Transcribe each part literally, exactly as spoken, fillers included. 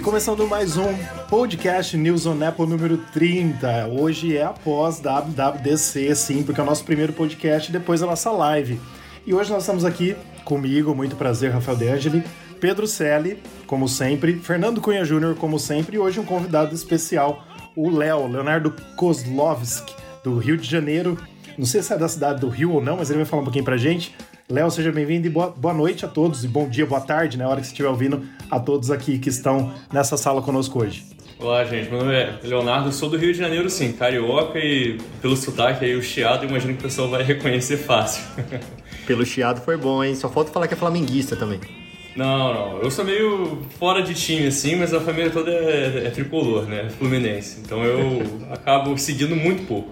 começando mais um podcast News on Apple número trinta. Hoje é após W W D C, sim, porque é o nosso primeiro podcast e depois a nossa live. E hoje nós estamos aqui comigo, muito prazer, Rafael De Angeli, Pedro Celli, como sempre, Fernando Cunha Júnior, como sempre, e hoje um convidado especial, o Léo, Leonardo Kozlovski, do Rio de Janeiro. Não sei se é da cidade do Rio ou não, mas ele vai falar um pouquinho pra gente. Léo, seja bem-vindo e boa, boa noite a todos, e bom dia, boa tarde, na hora que você estiver ouvindo, a todos aqui que estão nessa sala conosco hoje. Olá, gente, meu nome é Leonardo, sou do Rio de Janeiro, sim, carioca, e pelo sotaque aí, o chiado, imagino que o pessoal vai reconhecer fácil. Pelo chiado foi bom, hein? Só falta falar que é flamenguista também. Não, não, eu sou meio fora de time, assim, mas a família toda é, é tricolor, né, fluminense, então eu acabo seguindo muito pouco.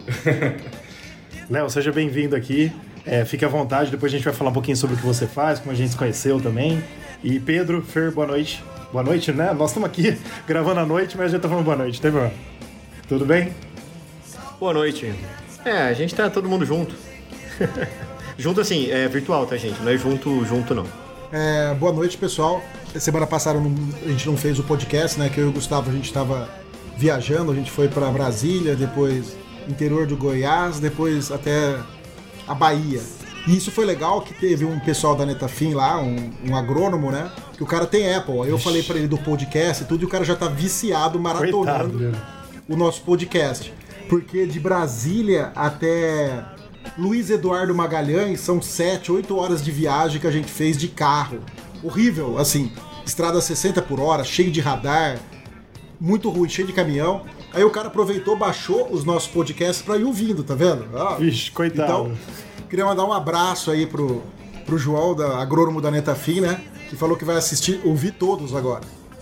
Léo, seja bem-vindo aqui. É, fique à vontade, depois a gente vai falar um pouquinho sobre o que você faz, como a gente se conheceu também. E Pedro, Fer, boa noite. Boa noite, né? Nós estamos aqui gravando à noite, mas a gente tá falando boa noite, tá, meu? Tudo bem? Boa noite. É, a gente tá todo mundo junto. Junto assim, é virtual, tá, gente? Não é junto, junto não. É, boa noite, pessoal. Semana passada a gente não fez o podcast, né? Que eu e o Gustavo, a gente tava viajando, a gente foi pra Brasília, depois interior do Goiás, depois até a Bahia. E isso foi legal, que teve um pessoal da Netafim lá, um, um agrônomo, né? Que o cara tem Apple. Aí eu Ixi. falei pra ele do podcast e tudo, e o cara já tá viciado, maratonando Coitado, o nosso podcast. Porque de Brasília até Luiz Eduardo Magalhães são sete, oito horas de viagem que a gente fez de carro. Horrível, assim, estrada sessenta por hora, cheio de radar, muito ruim, cheio de caminhão. Aí o cara aproveitou, baixou os nossos podcasts pra ir ouvindo, tá vendo? Ah, Vixe, coitado. Então, queria mandar um abraço aí pro, pro João, da, agrônomo da Netafim, né? Que falou que vai assistir, ouvir todos agora.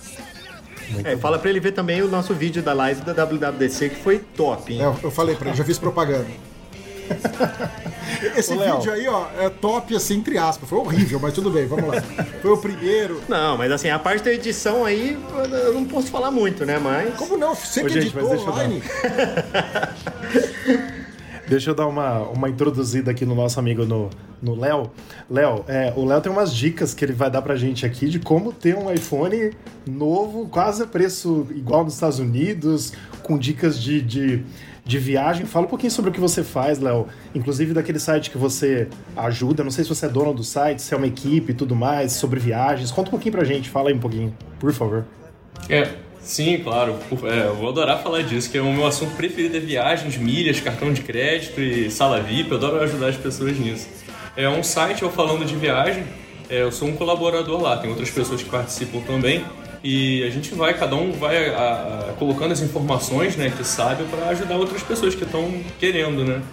É, fala pra ele ver também o nosso vídeo da live da W W D C, que foi top, hein? É, eu falei pra ele, já fiz propaganda. Esse Ô, vídeo aí, ó, é top, assim, entre aspas. Foi horrível, mas tudo bem, vamos lá. Foi o primeiro. Não, mas assim, a parte da edição aí, eu não posso falar muito, né, mas... Como não? Você Ô, que gente, editou mas deixa eu online. Deixa eu dar uma, uma introduzida aqui no nosso amigo, no, no Léo. Léo, é, o Léo tem umas dicas que ele vai dar pra gente aqui de como ter um iPhone novo, quase a preço igual nos Estados Unidos, com dicas de... de de viagem. Fala um pouquinho sobre o que você faz, Léo, inclusive daquele site que você ajuda, não sei se você é dono do site, se é uma equipe e tudo mais, sobre viagens. Conta um pouquinho pra gente, fala aí um pouquinho, por favor. É, sim, claro, é, eu vou adorar falar disso, que é o meu assunto preferido, é viagens, milhas, cartão de crédito e sala V I P, eu adoro ajudar as pessoas nisso. É um site, eu falando de viagem, é, eu sou um colaborador lá, tem outras pessoas que participam também, e a gente vai, cada um vai a, a, colocando as informações, né, que sabe, para ajudar outras pessoas que estão querendo, né.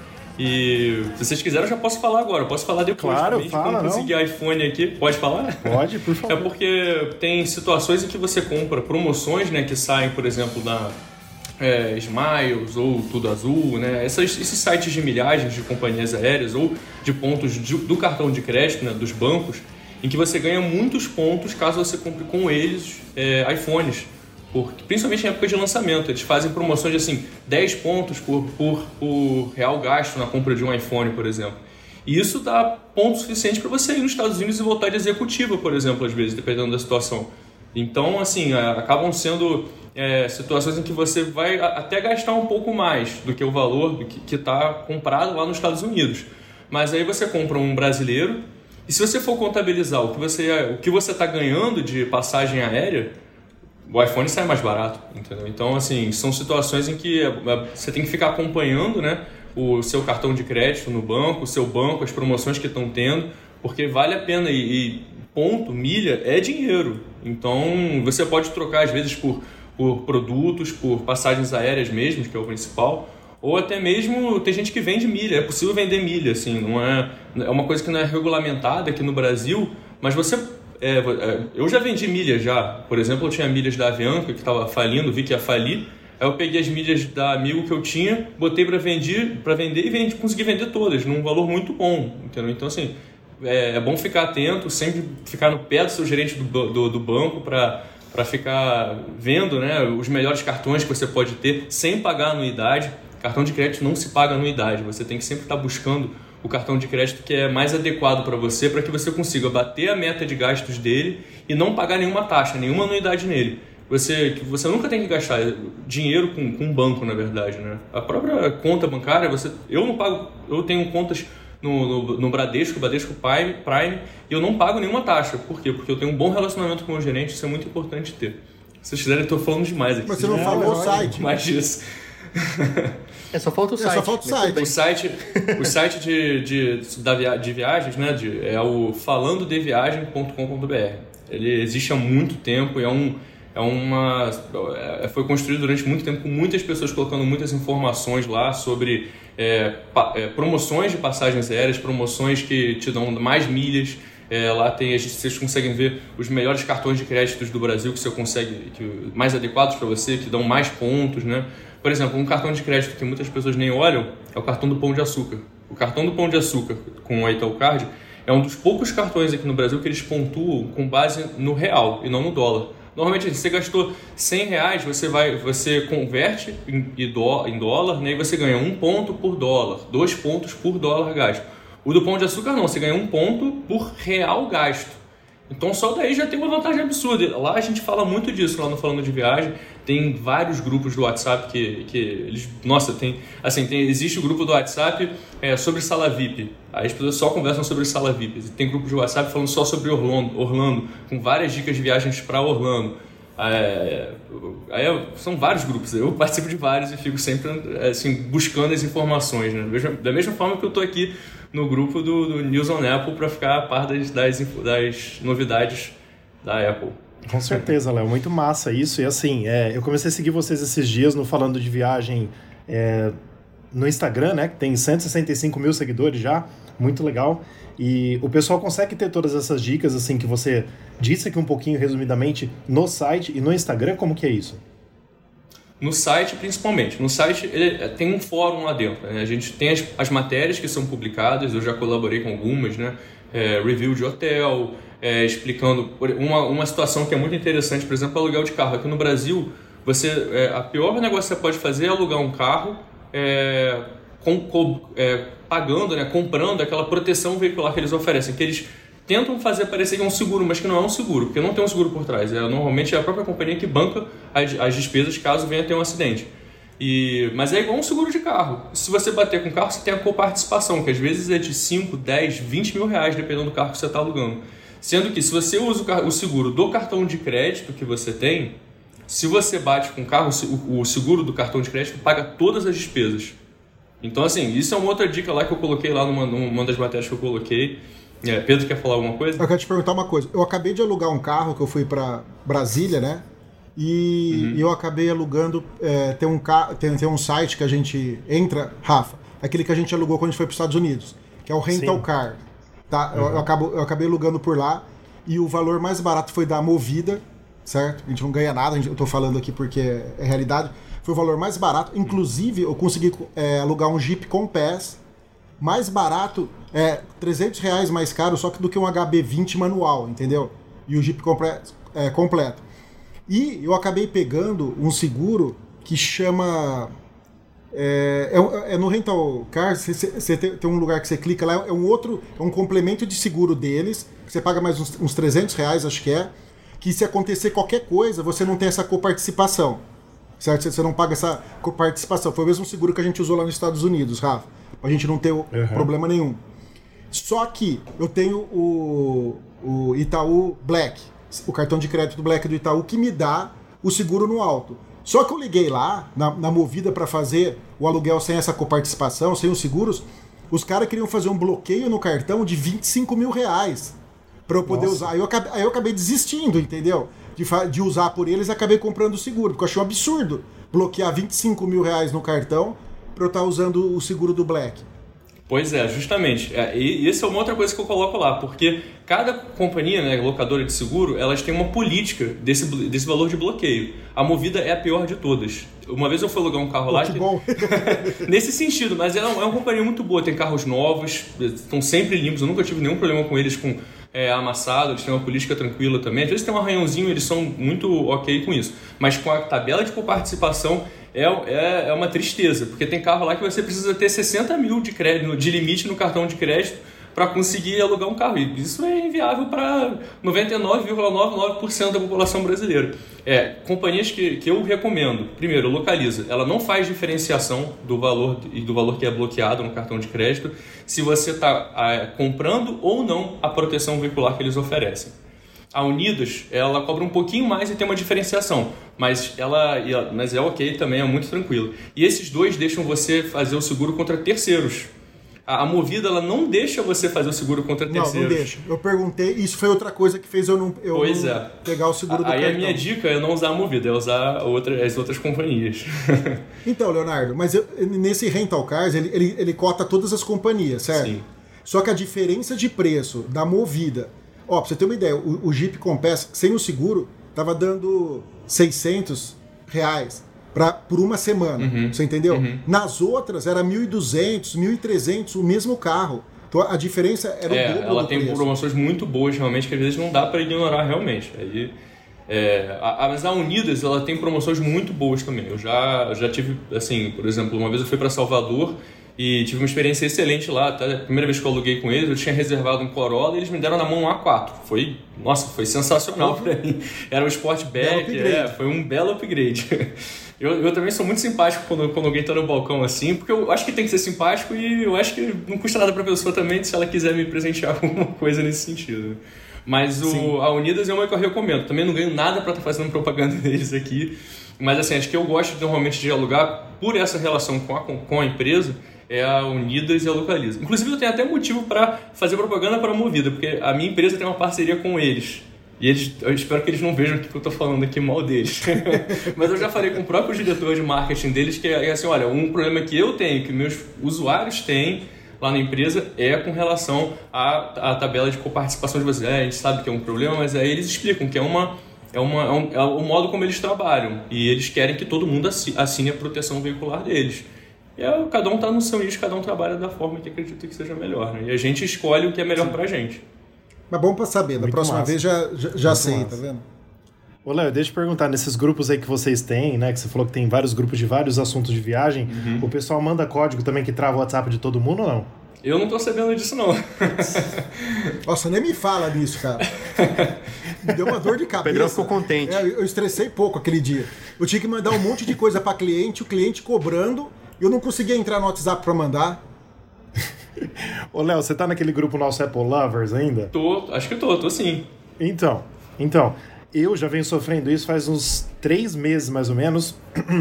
E se vocês quiserem, eu já posso falar agora, eu posso falar depois. Claro, também, fala, como conseguir não. iPhone aqui. Pode falar? Pode, por favor. É porque tem situações em que você compra promoções, né, que saem, por exemplo, da é, Smiles ou Tudo Azul, né, essas, esses sites de milhagens de companhias aéreas ou de pontos de, do cartão de crédito, né, dos bancos, em que você ganha muitos pontos caso você compre com eles é, iPhones, por, principalmente em época de lançamento. Eles fazem promoções de assim, dez pontos por, por, por real gasto na compra de um iPhone, por exemplo. E isso dá ponto suficiente para você ir nos Estados Unidos e voltar de executiva, por exemplo, às vezes, dependendo da situação. Então, assim, acabam sendo é, situações em que você vai até gastar um pouco mais do que o valor do que está comprado lá nos Estados Unidos. Mas aí você compra um brasileiro. E se você for contabilizar o que você o que você está ganhando de passagem aérea, o iPhone sai mais barato, entendeu? Então, assim, são situações em que você tem que ficar acompanhando, né, o seu cartão de crédito no banco, o seu banco, as promoções que estão tendo, porque vale a pena. E, e ponto, milha, é dinheiro. Então, você pode trocar, às vezes, por, por produtos, por passagens aéreas mesmo, que é o principal. Ou até mesmo tem gente que vende milha, é possível vender milha, assim, não é, é uma coisa que não é regulamentada aqui no Brasil, mas você, é, eu já vendi milha já, por exemplo, eu tinha milhas da Avianca que estava falindo, vi que ia falir, aí eu peguei as milhas da Amigo que eu tinha, botei para vender, para vender e vendi, consegui vender todas, num valor muito bom, entendeu? Então, assim, é, é bom ficar atento, sempre ficar no pé do seu gerente do, do, do banco para para ficar vendo, né, os melhores cartões que você pode ter sem pagar anuidade. Cartão de crédito não se paga anuidade, você tem que sempre estar buscando o cartão de crédito que é mais adequado para você, para que você consiga bater a meta de gastos dele e não pagar nenhuma taxa, nenhuma anuidade nele. você, que você nunca tem que gastar dinheiro com, com um banco, na verdade, né? A própria conta bancária, você, eu não pago, eu tenho contas no, no, no Bradesco, Bradesco Prime, Prime, e eu não pago nenhuma taxa. Por quê? Porque eu tenho um bom relacionamento com o meu gerente, isso é muito importante ter. Se vocês quiserem, eu tô falando demais aqui. Mas você não falou o site. Mais disso. É, só falta o site. É, só falta o site. O site, o site de, de, da via, de viagens, né, de, é o falando de viagem ponto com ponto b r. Ele existe há muito tempo e é um, é uma, é, foi construído durante muito tempo com muitas pessoas colocando muitas informações lá sobre é, pa, é, promoções de passagens aéreas, promoções que te dão mais milhas. É, lá tem, a gente, vocês conseguem ver os melhores cartões de créditos do Brasil que você consegue, que, mais adequados para você, que dão mais pontos, né? Por exemplo, um cartão de crédito que muitas pessoas nem olham é o cartão do Pão de Açúcar. O cartão do Pão de Açúcar com a Itaú Card é um dos poucos cartões aqui no Brasil que eles pontuam com base no real e não no dólar. Normalmente, se você gastou cem reais, você, vai, você converte em, em dólar, né, e você ganha um ponto por dólar, dois pontos por dólar gasto. O do Pão de Açúcar não, você ganha um ponto por real gasto. Então só daí já tem uma vantagem absurda. Lá a gente fala muito disso, lá no Falando de Viagem. Tem vários grupos do WhatsApp que, que eles... Nossa, tem... Assim, tem, existe o grupo do WhatsApp é, sobre sala V I P. Aí as pessoas só conversam sobre sala V I P. Tem grupo de WhatsApp falando só sobre Orlando, Orlando com várias dicas de viagens para Orlando. É, é, são vários grupos. Eu participo de vários e fico sempre assim, buscando as informações, né? Da mesma forma que eu estou aqui no grupo do, do News on Apple para ficar a par das, das, das novidades da Apple. Com certeza, Léo. Muito massa isso. E assim, é, eu comecei a seguir vocês esses dias no Falando de Viagem é, no Instagram, né? Que tem cento e sessenta e cinco mil seguidores já. Muito legal. E o pessoal consegue ter todas essas dicas, assim, que você disse aqui um pouquinho, resumidamente, no site e no Instagram. Como que é isso? No site, principalmente. No site ele tem um fórum lá dentro, né? A gente tem as, as matérias que são publicadas, eu já colaborei com algumas, né? É, review de hotel, é, explicando uma, uma situação que é muito interessante, por exemplo, aluguel de carro. Aqui no Brasil, você, é, a pior negócio que você pode fazer é alugar um carro é, com, com, é, pagando, né? Comprando aquela proteção veicular que eles oferecem, que eles tentam fazer parecer que é um seguro, mas que não é um seguro, porque não tem um seguro por trás. É, normalmente é a própria companhia que banca as, as despesas caso venha ter um acidente. E, mas é igual um seguro de carro. Se você bater com o carro, você tem a coparticipação, que às vezes é de cinco, dez, vinte mil reais, dependendo do carro que você está alugando. Sendo que se você usa o, car- o seguro do cartão de crédito que você tem, se você bate com o carro, o, o seguro do cartão de crédito paga todas as despesas. Então, assim, isso é uma outra dica lá que eu coloquei lá numa, numa das matérias que eu coloquei. É, Pedro, quer falar alguma coisa? Eu quero te perguntar uma coisa. Eu acabei de alugar um carro, que eu fui para Brasília, né? E uhum. eu acabei alugando... É, tem, um ca... tem, tem um site que a gente entra, Rafa, aquele que a gente alugou quando a gente foi para os Estados Unidos, que é o Rental Sim. Car. Tá? Uhum. Eu, eu, acabo, eu acabei alugando por lá e o valor mais barato foi da Movida, certo? A gente não ganha nada, eu tô falando aqui porque é realidade. Foi o valor mais barato. Inclusive, eu consegui é, alugar um Jeep Compass mais barato, é trezentos reais mais caro só que do que um H B vinte manual, entendeu? E o Jeep compre, é, completo. E eu acabei pegando um seguro que chama... É, é, é no Rental Car, você tem, tem um lugar que você clica lá, é um outro, é um complemento de seguro deles, que você paga mais uns, uns trezentos reais, acho que é, que se acontecer qualquer coisa, você não tem essa coparticipação, certo? Você não paga essa coparticipação. Foi o mesmo seguro que a gente usou lá nos Estados Unidos, Rafa, pra gente não ter uhum. problema nenhum. Só que eu tenho o, o Itaú Black, o cartão de crédito Black do Itaú, que me dá o seguro no alto. Só que eu liguei lá, na, na Movida, para fazer o aluguel sem essa coparticipação, sem os seguros, os caras queriam fazer um bloqueio no cartão de vinte e cinco mil reais para eu poder Nossa. usar. Aí eu, acabei, aí eu acabei desistindo, entendeu? De, de usar por eles e acabei comprando o seguro, porque eu achei um absurdo bloquear vinte e cinco mil reais no cartão para eu estar usando o seguro do Black. Pois é, justamente. É, e isso é uma outra coisa que eu coloco lá, porque cada companhia, né, locadora de seguro, elas têm uma política desse, desse valor de bloqueio. A Movida é a pior de todas. Uma vez eu fui alugar um carro Pô, lá... Que bom! Nesse sentido, mas é uma, é uma companhia muito boa, tem carros novos, estão sempre limpos, eu nunca tive nenhum problema com eles com é, amassado, eles têm uma política tranquila também. Às vezes tem um arranhãozinho, eles são muito ok com isso. Mas com a tabela de coparticipação... É, é, é uma tristeza, porque tem carro lá que você precisa ter sessenta mil de crédito, de limite no cartão de crédito para conseguir alugar um carro. E isso é inviável para noventa e nove vírgula noventa e nove por cento da população brasileira. É, companhias que, que eu recomendo. Primeiro, Localiza. Ela não faz diferenciação do valor e do valor que é bloqueado no cartão de crédito se você está é, comprando ou não a proteção veicular que eles oferecem. A Unidas, ela cobra um pouquinho mais e tem uma diferenciação, mas ela, mas é ok também, é muito tranquilo. E esses dois deixam você fazer o seguro contra terceiros. A Movida, ela não deixa você fazer o seguro contra terceiros. Não, não deixa. Eu perguntei, isso foi outra coisa que fez eu não, eu pois não é. pegar o seguro do Aí cartão. a minha dica é não usar a Movida, é usar outra, as outras companhias. Então, Leonardo, mas eu, nesse Rental Cars, ele, ele, ele cota todas as companhias, certo? Sim. Só que a diferença de preço da Movida... Ó, pra você ter uma ideia, o, o Jeep Compass, sem o seguro, tava dando seiscentos reais pra, por uma semana, uhum. você entendeu? Uhum. Nas outras era mil e duzentos, mil e trezentos, o mesmo carro. Então a diferença era é, o dobro ela do tem preço. promoções muito boas, realmente, que às vezes não dá para ignorar realmente. Aí, é, a, a, mas a Unidas, ela tem promoções muito boas também. Eu já, já tive, assim, por exemplo, uma vez eu fui para Salvador e tive uma experiência excelente lá. Tá? A primeira vez que eu aluguei com eles, eu tinha reservado um Corolla e eles me deram na mão um A quatro. Foi, nossa, foi sensacional para mim. Era um Sportback, é, foi um belo upgrade. Eu, eu também sou muito simpático quando, quando alguém tá no balcão assim, porque eu acho que tem que ser simpático e eu acho que não custa nada pra pessoa também se ela quiser me presentear com alguma coisa nesse sentido. Mas o, a Unidas é uma que eu recomendo. Também não ganho nada pra estar tá fazendo propaganda deles aqui. Mas assim, acho que eu gosto normalmente de alugar por essa relação com a, com a empresa, é a Unidas e a Localiza. Inclusive eu tenho até motivo para fazer propaganda para a Movida, porque a minha empresa tem uma parceria com eles. E eles, eu espero que eles não vejam o que eu estou falando aqui mal deles. Mas eu já falei com o próprio diretor de marketing deles que é assim, olha, um problema que eu tenho, que meus usuários têm lá na empresa é com relação à, à tabela de coparticipação de vocês. É, a gente sabe que é um problema, mas aí eles explicam que é, uma, é, uma, é, um, é o modo como eles trabalham. E eles querem que todo mundo assine a proteção veicular deles. E é, cada um está no seu nicho, cada um trabalha da forma que acredita que seja melhor. Né? E a gente escolhe o que é melhor para a gente. Mas bom pra saber, da Muito próxima massa. vez já, já, já sei, massa. tá vendo? Ô, Léo, deixa eu perguntar, nesses grupos aí que vocês têm, né, que você falou que tem vários grupos de vários assuntos de viagem, uhum. o pessoal manda código também que trava o WhatsApp de todo mundo ou não? Eu não tô sabendo disso, não. Nossa, nem me fala disso, cara. Me deu uma dor de cabeça. O Pedrão ficou contente. É, eu estressei pouco aquele dia. Eu tinha que mandar um monte de coisa pra cliente, o cliente cobrando, e eu não conseguia entrar no WhatsApp pra mandar. Ô, Léo, você tá naquele grupo nosso Apple Lovers ainda? Tô, acho que tô, tô sim. Então, então, eu já venho sofrendo isso faz uns três meses, mais ou menos.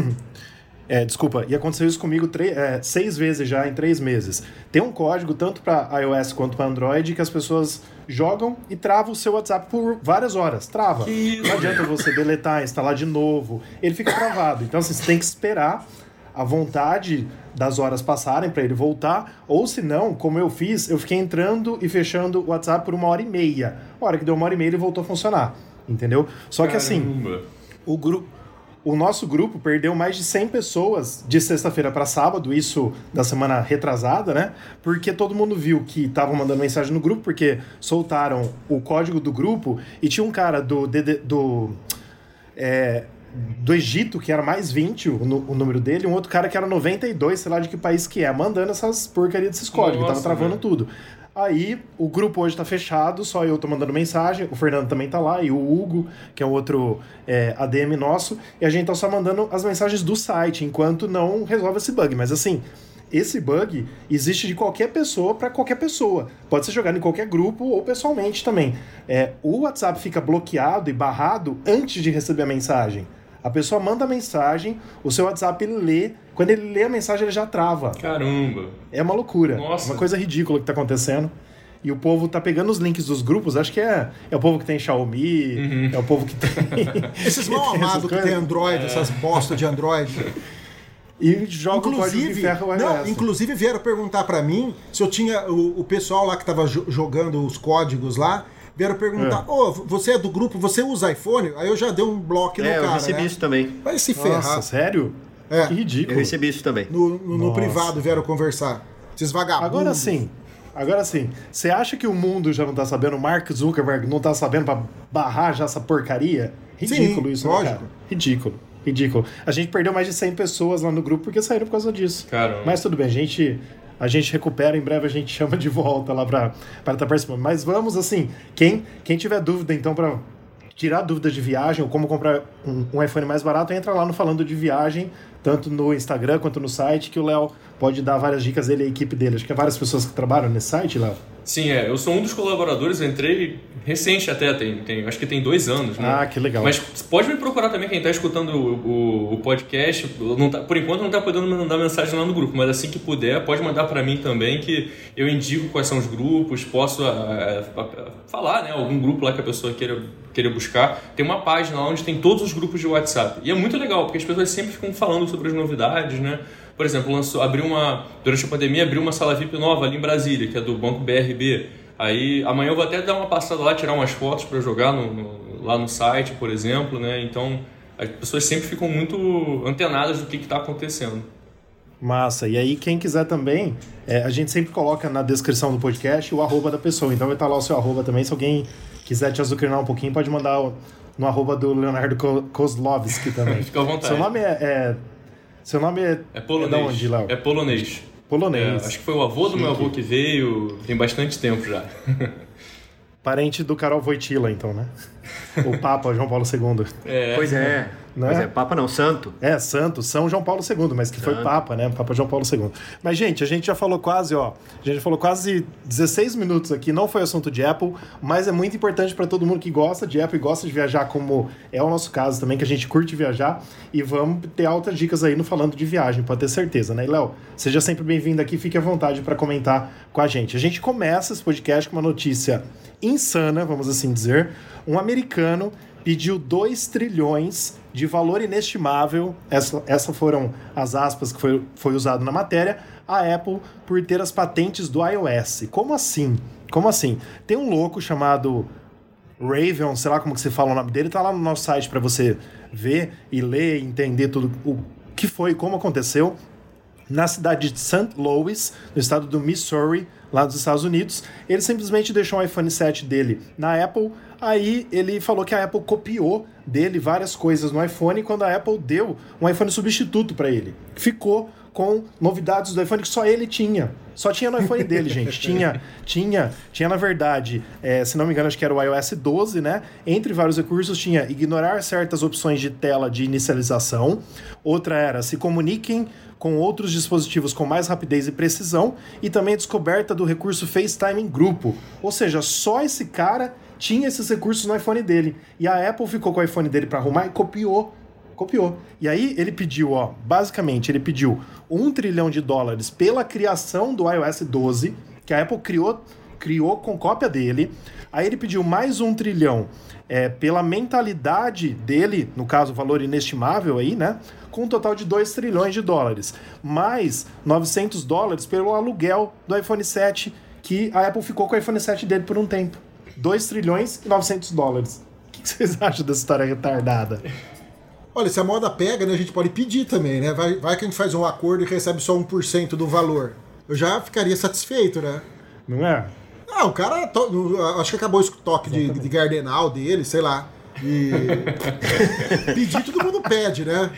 É, desculpa, e aconteceu isso comigo três, é, seis vezes já em três meses. Tem um código, tanto para iOS quanto para Android, que as pessoas jogam e travam o seu WhatsApp por várias horas. Trava. Que... Não adianta você deletar, instalar de novo. Ele fica travado. Então, assim, você tem que esperar a vontade das horas passarem para ele voltar, ou se não, como eu fiz, eu fiquei entrando e fechando o WhatsApp por uma hora e meia. A hora que deu uma hora e meia, ele voltou a funcionar, entendeu? Só que Caramba. assim, o, gru- o nosso grupo perdeu mais de cem pessoas de sexta-feira para sábado, isso da semana retrasada, né? Porque todo mundo viu que estavam mandando mensagem no grupo, porque soltaram o código do grupo e tinha um cara do... do, do é, do Egito, que era mais vinte, o, o número dele, um outro cara que era noventa e dois, sei lá de que país que é, mandando essas porcarias desses códigos, Nossa, tava travando velho. tudo. Aí, o grupo hoje tá fechado, só eu tô mandando mensagem, o Fernando também tá lá, e o Hugo, que é o outro é, A D M nosso, e a gente tá só mandando as mensagens do site, enquanto não resolve esse bug. Mas assim, esse bug existe de qualquer pessoa para qualquer pessoa. Pode ser jogado em qualquer grupo ou pessoalmente também. É, o WhatsApp fica bloqueado e barrado antes de receber a mensagem. A pessoa manda a mensagem, o seu WhatsApp ele lê, quando ele lê a mensagem ele já trava. Caramba. É uma loucura. Nossa. Uma coisa ridícula que tá acontecendo. E o povo tá pegando os links dos grupos, acho que é, é o povo que tem Xiaomi, Uhum. é o povo que tem... Esses mal amados que tem Android, essas bosta de Android. E joga o código que Inclusive, ferra o não, iOS. inclusive vieram perguntar pra mim se eu tinha o, o pessoal lá que tava jo- jogando os códigos lá, vieram perguntar, ô, oh, você é do grupo, você usa iPhone? Aí eu já dei um bloco no É, cara, eu recebi né? isso também. Vai se ferrar. Nossa, sério? É. Que ridículo. Eu recebi isso também. No, no, no Nossa. privado vieram conversar. Esses vagabundos. Agora sim, agora sim. Você acha que o mundo já não tá sabendo, o Mark Zuckerberg não tá sabendo pra barrar já essa porcaria? Ridículo Sim, isso, né, lógico. cara? Ridículo, ridículo. A gente perdeu mais de cem pessoas lá no grupo porque saíram por causa disso. Caramba. Mas tudo bem, a gente, a gente recupera, em breve a gente chama de volta lá para estar participando. Mas vamos, assim, quem, quem tiver dúvida, então, para tirar dúvidas de viagem ou como comprar um, um iPhone mais barato, entra lá no Falando de Viagem, tanto no Instagram quanto no site, que o Léo pode dar várias dicas, ele e a equipe dele. Acho que é várias pessoas que trabalham nesse site, Léo. Sim, é. Eu sou um dos colaboradores, eu entrei recente até, tem, tem, acho que tem dois anos, né? Ah, que legal. Mas pode me procurar também, quem está escutando o, o, o podcast. Não tá, por enquanto não está podendo mandar mensagem lá no grupo, mas assim que puder, pode mandar para mim também, que eu indico quais são os grupos, posso a, a, a, falar, né? Algum grupo lá que a pessoa queira, queira buscar. Tem uma página lá onde tem todos os grupos de WhatsApp. E é muito legal, porque as pessoas sempre ficam falando sobre as novidades, né? Por exemplo, lançou, abriu uma, durante a pandemia, abriu uma sala V I P nova ali em Brasília, que é do Banco B R B. Aí amanhã eu vou até dar uma passada lá, tirar umas fotos para jogar no, no, lá no site, por exemplo, né? Então as pessoas sempre ficam muito antenadas do que está acontecendo. Massa. E aí quem quiser também, é, a gente sempre coloca na descrição do podcast o arroba da pessoa. Então vai estar lá o seu arroba também. Se alguém quiser te azucrinar um pouquinho, pode mandar no arroba do Leonardo Kozlovski também. Fica à vontade. Seu nome é... é Seu nome é... É polonês. É de onde, Léo? É polonês. Polonês. É, acho que foi o avô do Chique. Meu avô que veio, tem bastante tempo já. Parente do Karol Wojtyla, então, né? O Papa João Paulo segundo. É. Pois é. Né? Pois é, Papa não, Santo. É, Santo, São João Paulo segundo, mas que Santo. Foi Papa, né? Papa João Paulo segundo. Mas, gente, a gente já falou quase, ó, a gente já falou quase dezesseis minutos aqui, não foi assunto de Apple, mas é muito importante para todo mundo que gosta de Apple e gosta de viajar, como é o nosso caso também, que a gente curte viajar, e vamos ter altas dicas aí no Falando de Viagem, pode ter certeza, né? E, Léo, seja sempre bem-vindo aqui, fique à vontade para comentar com a gente. A gente começa esse podcast com uma notícia insana, vamos assim dizer. Um americano pediu dois trilhões de valor inestimável, essa, essas foram as aspas que foi, foi usado na matéria, a Apple por ter as patentes do iOS. Como assim? Como assim? Tem um louco chamado Raven, sei lá como que se fala o nome dele, tá lá no nosso site para você ver e ler e entender tudo o que foi, como aconteceu, na cidade de Saint Louis, no estado do Missouri, lá dos Estados Unidos. Ele simplesmente deixou o iPhone sete dele na Apple. Aí ele falou que a Apple copiou dele várias coisas no iPhone, quando a Apple deu um iPhone substituto para ele. Ficou com novidades do iPhone que só ele tinha. Só tinha no iPhone dele, gente. Tinha, tinha, tinha na verdade, é, se não me engano, acho que era o iOS doze, né? Entre vários recursos tinha ignorar certas opções de tela de inicialização. Outra era se comuniquem com outros dispositivos com mais rapidez e precisão. E também a descoberta do recurso FaceTime em grupo. Ou seja, só esse cara tinha esses recursos no iPhone dele. E a Apple ficou com o iPhone dele para arrumar e copiou. Copiou. E aí ele pediu, ó, basicamente, ele pediu um trilhão de dólares pela criação do iOS doze, que a Apple criou, criou com cópia dele. Aí ele pediu mais um trilhão é, pela mentalidade dele, no caso, valor inestimável aí, né? Com um total de dois trilhões de dólares. Mais novecentos dólares pelo aluguel do iPhone sete, que a Apple ficou com o iPhone sete dele por um tempo. dois trilhões e novecentos dólares. O que vocês acham dessa história retardada? Olha, se a moda pega, né, a gente pode pedir também, né? Vai, vai que a gente faz um acordo e recebe só um por cento do valor. Eu já ficaria satisfeito, né? Não é? Ah, o cara, to... acho que acabou o toque de, de Gardenal dele, sei lá. E pedir todo mundo pede, né?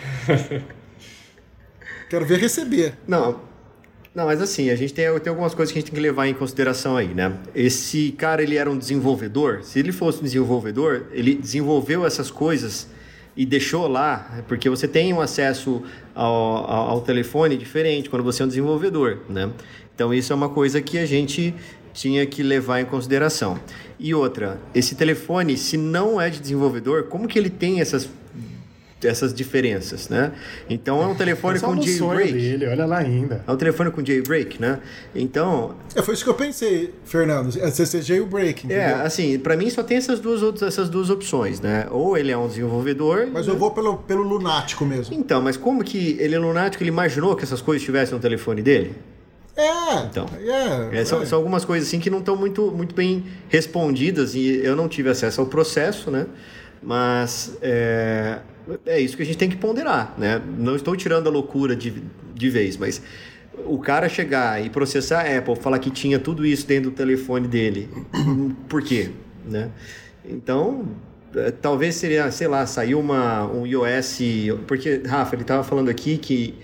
Quero ver receber. Não, não, mas assim, a gente tem, tem algumas coisas que a gente tem que levar em consideração aí, né? Esse cara, ele era um desenvolvedor. Se ele fosse um desenvolvedor, ele desenvolveu essas coisas e deixou lá, porque você tem um acesso ao, ao, ao telefone diferente quando você é um desenvolvedor, né? Então isso é uma coisa que a gente tinha que levar em consideração. E outra, esse telefone, se não é de desenvolvedor, como que ele tem essas, essas diferenças, né? Então é um telefone é só com no jailbreak. Sonho dele, olha lá ainda. É um telefone com jailbreak, né? Então... É, foi isso que eu pensei, Fernando. É ser jailbreak, entendeu? É, assim, pra mim só tem essas duas, outras, essas duas opções, né? Ou ele é um desenvolvedor... Mas né? eu vou pelo, pelo lunático mesmo. Então, mas como que ele é lunático, ele imaginou que essas coisas estivessem no telefone dele? É, então, é, é, são, é. são algumas coisas assim que não estão muito, muito bem respondidas e eu não tive acesso ao processo, né? Mas é, é isso que a gente tem que ponderar, né? Não estou tirando a loucura de, de vez, mas o cara chegar e processar a Apple, falar que tinha tudo isso dentro do telefone dele, por quê? Né? Então, talvez seria, sei lá, saiu uma, um iOS... Porque, Rafa, ele estava falando aqui que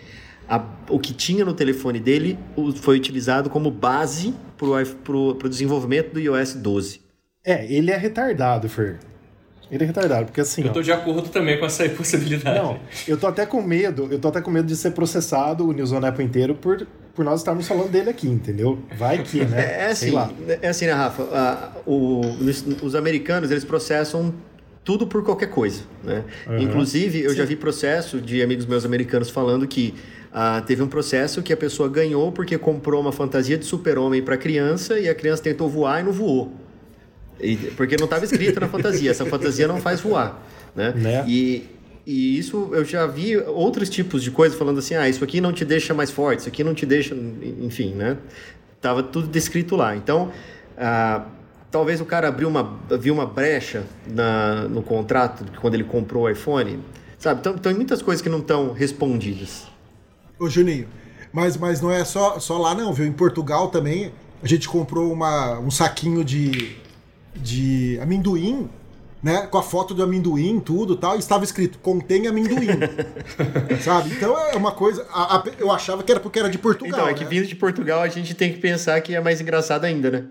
a, o que tinha no telefone dele foi utilizado como base para o desenvolvimento do i O S doze. É, ele é retardado, Fer. Ele é retardado, porque assim... Eu tô ó, de acordo também com essa possibilidade. Não, eu tô até com medo, eu tô até com medo de ser processado o News on Apple inteiro por, por nós estarmos falando dele aqui, entendeu? Vai que, né? É, é assim, é assim, né, Rafa? A, o, os, os americanos, eles processam tudo por qualquer coisa, né? Uhum. Inclusive, eu Sim. já vi processo de amigos meus americanos falando que ah, teve um processo que a pessoa ganhou porque comprou uma fantasia de super-homem para criança e a criança tentou voar e não voou. E, porque não estava escrito na fantasia, essa fantasia não faz voar, né? né? E, e isso eu já vi outros tipos de coisas falando assim, ah, isso aqui não te deixa mais forte, isso aqui não te deixa, enfim, né? Tava tudo descrito lá. Então, ah, talvez o cara abriu uma, viu uma brecha na, no contrato quando ele comprou o iPhone, sabe? Então, tem muitas coisas que não estão respondidas. Ô, Juninho, mas, mas não é só, só lá não, viu? Em Portugal também a gente comprou uma, um saquinho de... de amendoim, né, com a foto do amendoim, tudo e tal, e estava escrito, contém amendoim, sabe? Então é uma coisa, a, a, eu achava que era porque era de Portugal, Então, é né? que vindo de Portugal a gente tem que pensar que é mais engraçado ainda, né?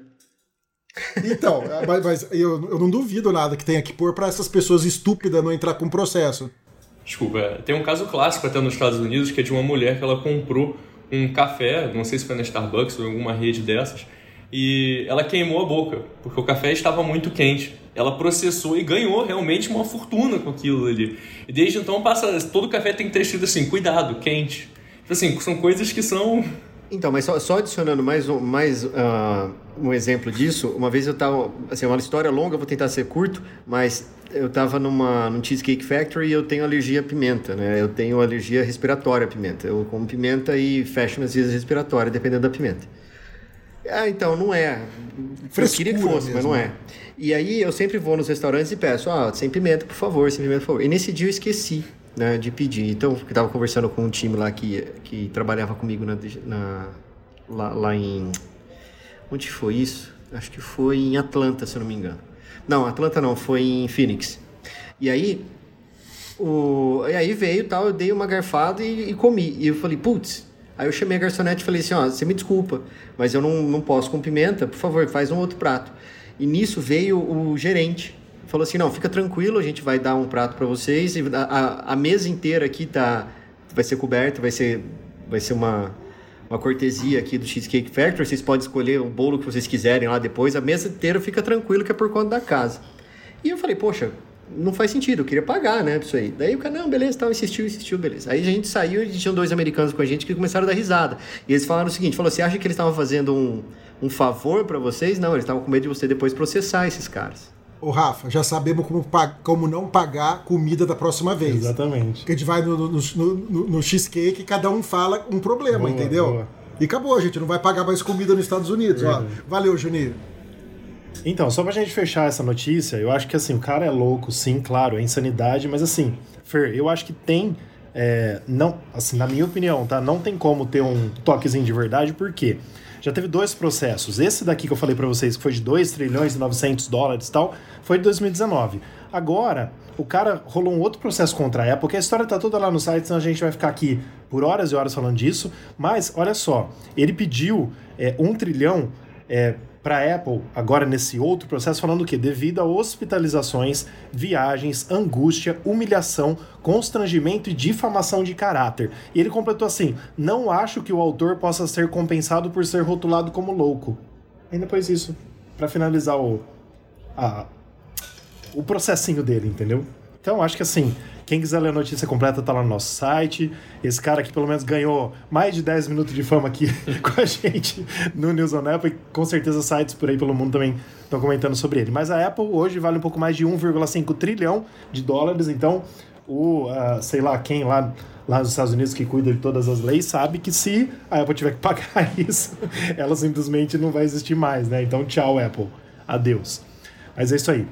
Então, mas, mas eu, eu não duvido nada que tenha que pôr para essas pessoas estúpidas não entrar com processo. Desculpa, tem um caso clássico até nos Estados Unidos, que é de uma mulher que ela comprou um café, não sei se foi na Starbucks ou em alguma rede dessas, e ela queimou a boca, porque o café estava muito quente. Ela processou e ganhou realmente uma fortuna com aquilo ali. E desde então, passa, todo café tem que ter escrito assim, cuidado, quente. Assim, são coisas que são... Então, mas só, só adicionando mais, um, mais uh, um exemplo disso, uma vez eu estava... Assim, uma história longa, vou tentar ser curto, mas eu estava numa, num Cheesecake Factory e eu tenho alergia à pimenta, né? Eu tenho alergia respiratória à pimenta. Eu como pimenta e fecho minhas vias respiratórias, dependendo da pimenta. Ah, então, não é. Frescura eu queria que fosse, mesmo, mas não é. E aí eu sempre vou nos restaurantes e peço, ah, sem pimenta, por favor, sem pimenta, por favor. E nesse dia eu esqueci, né, de pedir. Então, eu estava conversando com um time lá que, que trabalhava comigo na, na, lá, lá em... Onde foi isso? Acho que foi em Atlanta, se eu não me engano. Não, Atlanta não, foi em Phoenix. E aí, o, e aí veio tal, eu dei uma garfada e, e comi. E eu falei, putz... Aí eu chamei a garçonete e falei assim, ó, você me desculpa, mas eu não, não posso com pimenta, por favor, faz um outro prato. E nisso veio o gerente, falou assim, não, fica tranquilo, a gente vai dar um prato para vocês, a, a, a mesa inteira aqui tá, vai ser coberta, vai ser, vai ser uma, uma cortesia aqui do Cheesecake Factory, vocês podem escolher o bolo que vocês quiserem lá depois, a mesa inteira fica tranquilo que é por conta da casa. E eu falei, poxa... Não faz sentido, eu queria pagar, né, isso aí. Daí o cara, não, beleza, tal, insistiu, insistiu, beleza. Aí a gente saiu e tinham dois americanos com a gente que começaram a dar risada. E eles falaram o seguinte, falou, você acha que eles estavam fazendo um, um favor pra vocês? Não, eles estavam com medo de você depois processar esses caras. Ô Rafa, já sabemos como, como não pagar comida da próxima vez. Exatamente. Porque a gente vai no, no, no, no, no cheesecake e cada um fala um problema, boa, entendeu? Boa. E acabou, a gente não vai pagar mais comida nos Estados Unidos, ó. Valeu, Juninho. Então, só pra gente fechar essa notícia, eu acho que assim, o cara é louco, sim, claro, é insanidade, mas assim, Fer, eu acho que tem, é, não, assim, na minha opinião, tá? Não tem como ter um toquezinho de verdade, por quê? Já teve dois processos. Esse daqui que eu falei pra vocês, que foi de dois trilhões e novecentos dólares e tal, foi de dois mil e dezenove. Agora, o cara rolou um outro processo contra a Apple, porque a história tá toda lá no site, senão a gente vai ficar aqui por horas e horas falando disso, mas, olha só, ele pediu é, um trilhão... É, para a Apple, agora nesse outro processo, falando o quê? Devido a hospitalizações, viagens, angústia, humilhação, constrangimento e difamação de caráter. E ele completou assim, não acho que o autor possa ser compensado por ser rotulado como louco. E depois isso, para finalizar o, a, o processinho dele, entendeu? Então, acho que assim, quem quiser ler a notícia completa tá lá no nosso site. Esse cara aqui pelo menos ganhou mais de dez minutos de fama aqui com a gente no News on Apple. E com certeza sites por aí pelo mundo também estão comentando sobre ele. Mas a Apple hoje vale um pouco mais de um vírgula cinco trilhão de dólares. Então, o, uh, sei lá quem lá, lá nos Estados Unidos que cuida de todas as leis sabe que se a Apple tiver que pagar isso, ela simplesmente não vai existir mais, né? Então, tchau, Apple. Adeus. Mas é isso aí.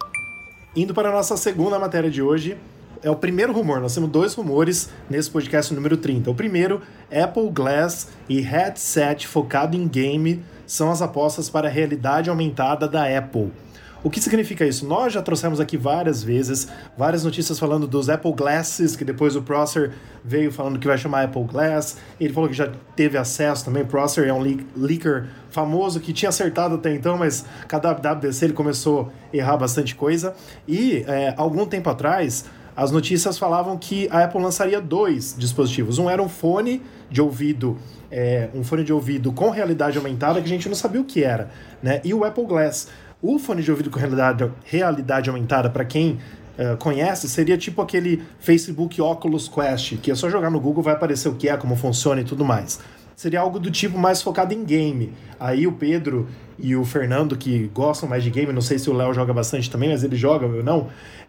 Indo para a nossa segunda matéria de hoje, é o primeiro rumor. Nós temos dois rumores nesse podcast número trinta. O primeiro, Apple Glass e headset focado em game são as apostas para a realidade aumentada da Apple. O que significa isso? Nós já trouxemos aqui várias vezes, várias notícias falando dos Apple Glasses, que depois o Prosser veio falando que vai chamar Apple Glass. Ele falou que já teve acesso também. O Prosser é um le- leaker famoso que tinha acertado até então, mas com a W W D C ele começou a errar bastante coisa. E é, algum tempo atrás, as notícias falavam que a Apple lançaria dois dispositivos. Um era um fone de ouvido, é, um fone de ouvido com realidade aumentada, que a gente não sabia o que era, né? E o Apple Glass. O fone de ouvido com realidade, realidade aumentada, para quem uh, conhece, seria tipo aquele Facebook Oculus Quest, que é só jogar no Google, vai aparecer o que é, como funciona e tudo mais. Seria algo do tipo mais focado em game. Aí o Pedro e o Fernando, que gostam mais de game, não sei se o Léo joga bastante também, mas ele joga, eu não,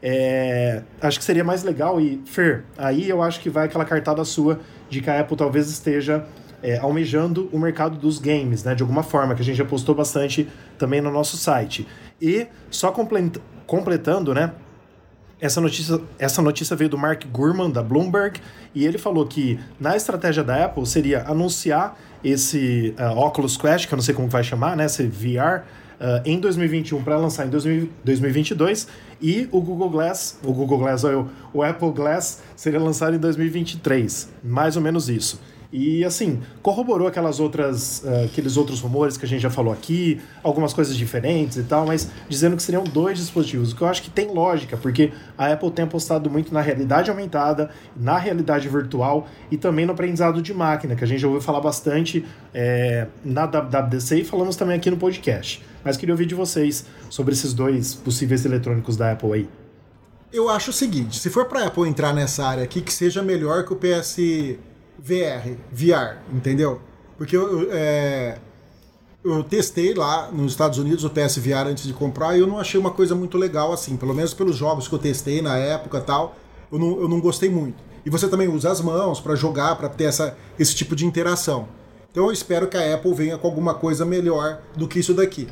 é... acho que seria mais legal. E, Fer, aí eu acho que vai aquela cartada sua de que a Apple talvez esteja... É, almejando o mercado dos games, né, de alguma forma, que a gente já postou bastante também no nosso site. E só complet- completando, né, essa notícia, essa notícia veio do Mark Gurman, da Bloomberg, e ele falou que na estratégia da Apple seria anunciar esse uh, Oculus Quest, que eu não sei como vai chamar, né, esse V R, uh, em dois mil e vinte e um para lançar em dois mil e vinte e dois, e o Google Glass, o Google Glass, ou o Apple Glass seria lançado em dois mil e vinte e três, mais ou menos isso. E, assim, corroborou aquelas outras, uh, aqueles outros rumores que a gente já falou aqui, algumas coisas diferentes e tal, mas dizendo que seriam dois dispositivos, o que eu acho que tem lógica, porque a Apple tem apostado muito na realidade aumentada, na realidade virtual e também no aprendizado de máquina, que a gente já ouviu falar bastante é, na W W D C e falamos também aqui no podcast. Mas queria ouvir de vocês sobre esses dois possíveis eletrônicos da Apple aí. Eu acho o seguinte, se for pra Apple entrar nessa área aqui, que seja melhor que o P S... V R, V R, entendeu? Porque eu, é, eu testei lá nos Estados Unidos o P S V R antes de comprar e eu não achei uma coisa muito legal assim, pelo menos pelos jogos que eu testei na época e tal, eu não, eu não gostei muito. E você também usa as mãos para jogar, para ter essa, esse tipo de interação. Então eu espero que a Apple venha com alguma coisa melhor do que isso daqui.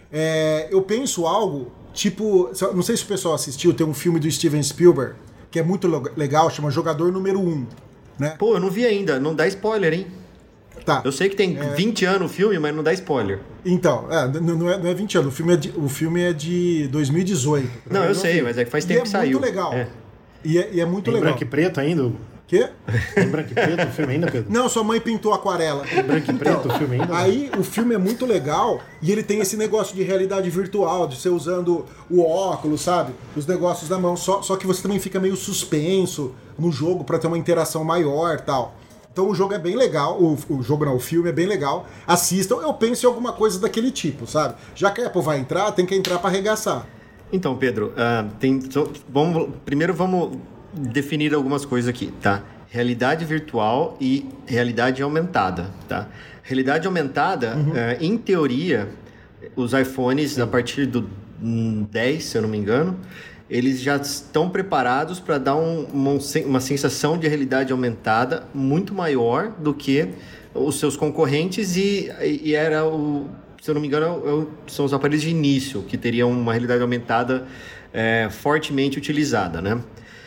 É, eu penso algo tipo, não sei se o pessoal assistiu, tem um filme do Steven Spielberg que é muito legal, chama Jogador Número um. Né? Pô, eu não vi ainda, não dá spoiler, hein? Tá. Eu sei que tem é... vinte anos o filme, mas não dá spoiler. Então, é, não, é, não é vinte anos, o filme é de, o filme é de dois mil e dezoito. Não, eu, eu sei, vi. Mas é que faz tempo e que é saiu. Muito legal. É. E, é, e é muito tem legal. Branco e preto ainda? Quê? Tem branco e preto o filme ainda, Pedro? Não, sua mãe pintou aquarela. Tem branco e preto então, o filme ainda? Aí o filme é muito legal e ele tem esse negócio de realidade virtual, de você usando o óculos, sabe? Os negócios da mão, só, só que você também fica meio suspenso no jogo para ter uma interação maior e tal. Então o jogo é bem legal, o, o jogo não, o filme é bem legal. Assistam, eu penso em alguma coisa daquele tipo, sabe? Já que a Apple vai entrar, tem que entrar para arregaçar. Então, Pedro, uh, tem, so, vamos, primeiro vamos definir algumas coisas aqui, tá? Realidade virtual e realidade aumentada, tá? Realidade aumentada, uhum. uh, em teoria, os iPhones, a partir do dez, se eu não me engano, eles já estão preparados para dar um, uma, uma sensação de realidade aumentada muito maior do que os seus concorrentes e, e era o, se eu não me engano, são os aparelhos de início que teriam uma realidade aumentada é, fortemente utilizada, né?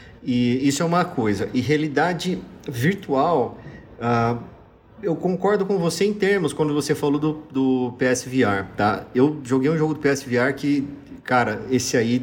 E isso é uma coisa. E realidade virtual, ah, eu concordo com você em termos quando você falou do, do P S V R, tá? Eu joguei um jogo do P S V R que, cara, esse aí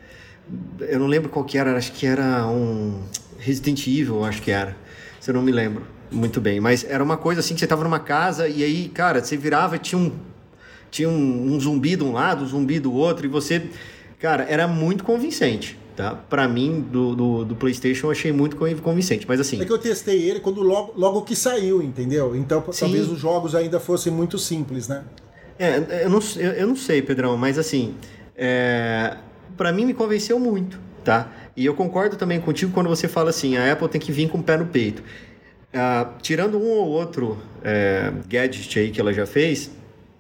eu não lembro qual que era, acho que era um Resident Evil, acho que era, se eu não me lembro muito bem, mas era uma coisa assim que você estava numa casa e aí, cara, você virava e tinha um, tinha um, um zumbi de um lado, um zumbi do outro e você, cara, era muito convincente, tá? Pra mim, do, do, do PlayStation, eu achei muito convincente, mas assim... É que eu testei ele quando logo, logo que saiu, entendeu? Então Sim. talvez os jogos ainda fossem muito simples, né? É, eu não, eu, eu não sei, Pedrão, mas assim... É... Para mim me convenceu muito, tá? E eu concordo também contigo quando você fala assim, a Apple tem que vir com o pé no peito. Uh, tirando um ou outro é, gadget aí que ela já fez,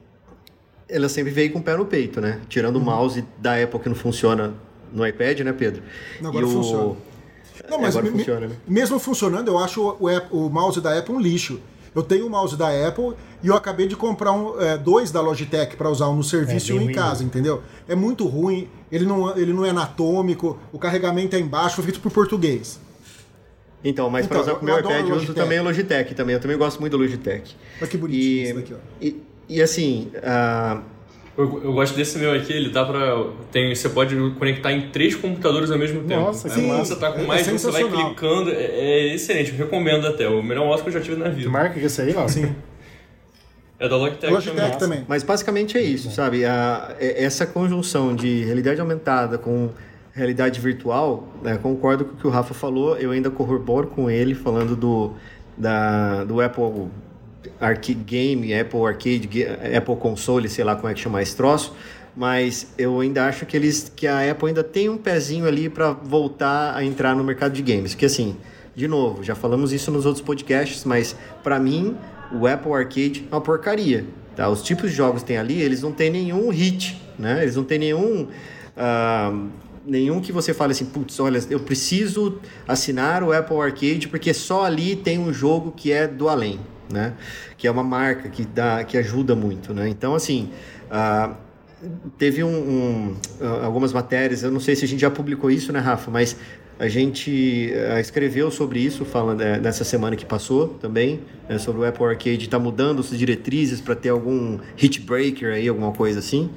ela sempre veio com o pé no peito, né? Tirando uhum. o mouse da Apple que não funciona no iPad, né, Pedro? Não, agora e funciona. O... Não, mas agora me, funciona, né? Mesmo funcionando, eu acho o, o, o mouse da Apple um lixo. Eu tenho o mouse da Apple e eu acabei de comprar um, é, dois da Logitech para usar um no serviço é, e um em casa, né? Entendeu? É muito ruim, ele não, ele não é anatômico, o carregamento é embaixo, feito por português. Então, mas então, para usar com o meu iPad eu uso também o Logitech, também. Eu também gosto muito do Logitech. Olha que bonitinho e, isso daqui, ó. E, e assim, uh, Eu, eu gosto desse meu aqui, ele dá pra... Tem, você pode conectar em três computadores ao mesmo tempo. Nossa, aí, que quando você tá com é mais de um, você vai sensacional. clicando. É, é excelente, eu recomendo até. O melhor mouse que eu já tive na Que vida. marca que é esse aí, Léo? Sim. É da Logitech, Logitech também. Mas basicamente é isso, sabe? A, é- essa conjunção de realidade aumentada com realidade virtual, né, concordo com o que o Rafa falou, eu ainda corroboro com ele falando do, da, do Apple Arcade Game, Apple Arcade, Apple Console, sei lá como é que chama esse troço, mas eu ainda acho que, eles, que a Apple ainda tem um pezinho ali para voltar a entrar no mercado de games, porque assim, de novo, já falamos isso nos outros podcasts, mas para mim o Apple Arcade é uma porcaria, tá? Os tipos de jogos que tem ali, eles não tem nenhum hit, né? Eles não tem nenhum... ah, nenhum que você fale assim, putz, olha, eu preciso assinar o Apple Arcade porque só ali tem um jogo que é do além, né? Que é uma marca que, dá, que ajuda muito, né? Então, assim, ah, teve um, um, algumas matérias, eu não sei se a gente já publicou isso, né, Rafa? Mas a gente ah, escreveu sobre isso falando, é, nessa semana que passou também, né, sobre o Apple Arcade estar tá mudando suas diretrizes para ter algum hit breaker aí, alguma coisa assim.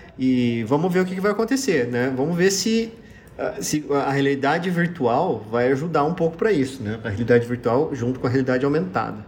E vamos ver o que vai acontecer, né? Vamos ver se, se a realidade virtual vai ajudar um pouco para isso, né? A realidade virtual junto com a realidade aumentada.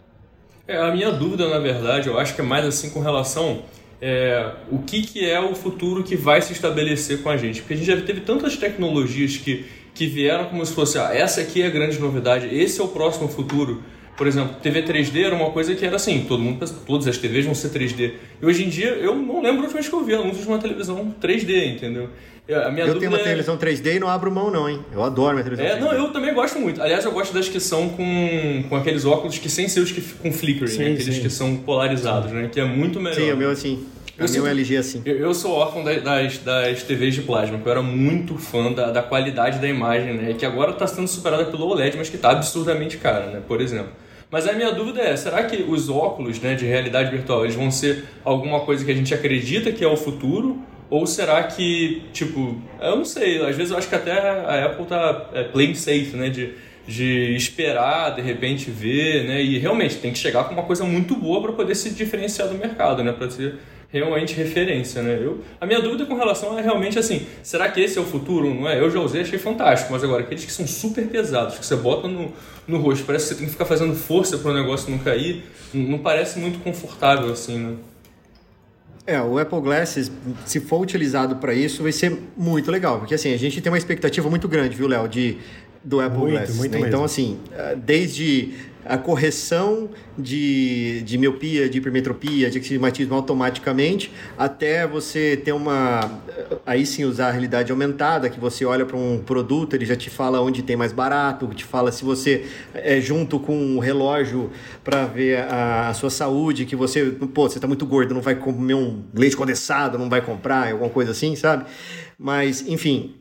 É, a minha dúvida, na verdade, eu acho que é mais assim com relação é, o que, que é o futuro que vai se estabelecer com a gente. Porque a gente já teve tantas tecnologias que, que vieram como se fosse, ah, essa aqui é a grande novidade, esse é o próximo futuro. Por exemplo, T V três D era uma coisa que era assim, todo mundo pensa, todas as T Vs vão ser três D. E hoje em dia, eu não lembro a última vez que eu vi anúncios de uma televisão três D, entendeu? A minha eu tenho uma é... televisão três D e não abro mão não, hein? Eu adoro minha televisão é, três D. Não, eu também gosto muito. Aliás, eu gosto das que são com, com aqueles óculos que sem ser os que com flickering, Sim, né? Aqueles sim. que são polarizados, né? Que é muito melhor. Sim, o meu assim. Eu O sinto- meu L G assim. Eu, eu sou órfão da- das, das T Vs de plasma, porque eu era muito fã da, da qualidade da imagem, né? Que agora está sendo superada pelo O L E D, mas que está absurdamente cara, né? Por exemplo. Mas a minha dúvida é, será que os óculos, né, de realidade virtual, eles vão ser alguma coisa que a gente acredita que é o futuro? Ou será que, tipo, eu não sei, às vezes eu acho que até a Apple tá é, playing safe, né, de, de esperar, de repente ver, né, e realmente tem que chegar com uma coisa muito boa para poder se diferenciar do mercado, né, para ser realmente referência, né. Eu, a minha dúvida com relação é realmente assim, será que esse é o futuro? Não é? Eu já usei, achei fantástico, mas agora aqueles que são super pesados, que você bota no, no rosto, parece que você tem que ficar fazendo força para o negócio não cair, não, não parece muito confortável assim, né. É, o Apple Glasses, se for utilizado para isso, vai ser muito legal. Porque assim, a gente tem uma expectativa muito grande, viu, Léo, de, do Apple Muito, Glasses. muito né? mesmo. Então, assim, desde a correção de, de miopia, de hipermetropia, de astigmatismo automaticamente, até você ter uma... Aí sim usar a realidade aumentada, que você olha para um produto, ele já te fala onde tem mais barato, te fala se você é junto com o relógio para ver a, a sua saúde, que você, pô, você está muito gordo, não vai comer um leite condensado, não vai comprar, alguma coisa assim, sabe? Mas, enfim...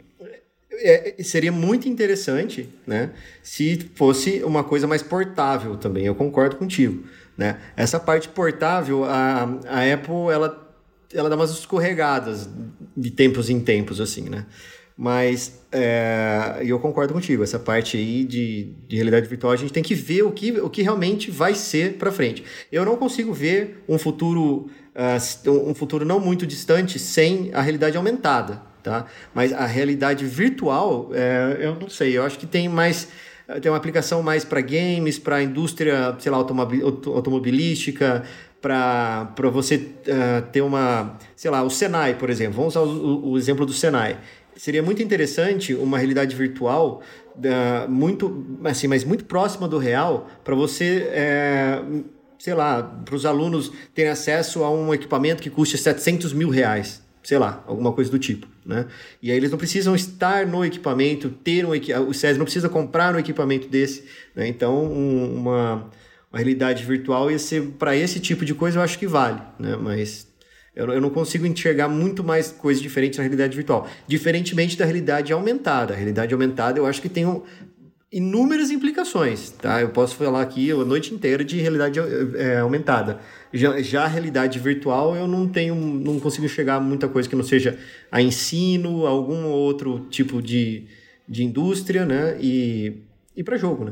É, seria muito interessante, né, se fosse uma coisa mais portável também, eu concordo contigo, né? Essa parte portável, a, a Apple, ela, ela dá umas escorregadas de tempos em tempos, assim, né? Mas é, eu concordo contigo, essa parte aí de, de realidade virtual, a gente tem que ver o que, o que realmente vai ser para frente. Eu não consigo ver um futuro, uh, um futuro não muito distante sem a realidade aumentada. Tá? Mas a realidade virtual, é, eu não sei, eu acho que tem mais, tem uma aplicação mais para games, para a indústria, sei lá, automobil, automobilística, para você uh, ter uma, sei lá, o Senai, por exemplo, vamos usar o, o exemplo do Senai. Seria muito interessante uma realidade virtual uh, muito, assim, mas muito próxima do real, para você... É, sei lá, para os alunos terem acesso a um equipamento que custe setecentos mil reais. Sei lá, alguma coisa do tipo, né? E aí eles não precisam estar no equipamento, ter um o SESI não precisa comprar um equipamento desse, né? Então, um, uma, uma realidade virtual ia ser, para esse tipo de coisa, eu acho que vale, né? Mas eu, eu não consigo enxergar muito mais coisas diferentes na realidade virtual. Diferentemente da realidade aumentada. A realidade aumentada, eu acho que tem um, inúmeras implicações, tá? Eu posso falar aqui a noite inteira de realidade é, aumentada. Já, já a realidade virtual, eu não tenho, não consigo enxergar muita coisa que não seja a ensino, algum outro tipo de, de indústria, né? E, e para jogo, né?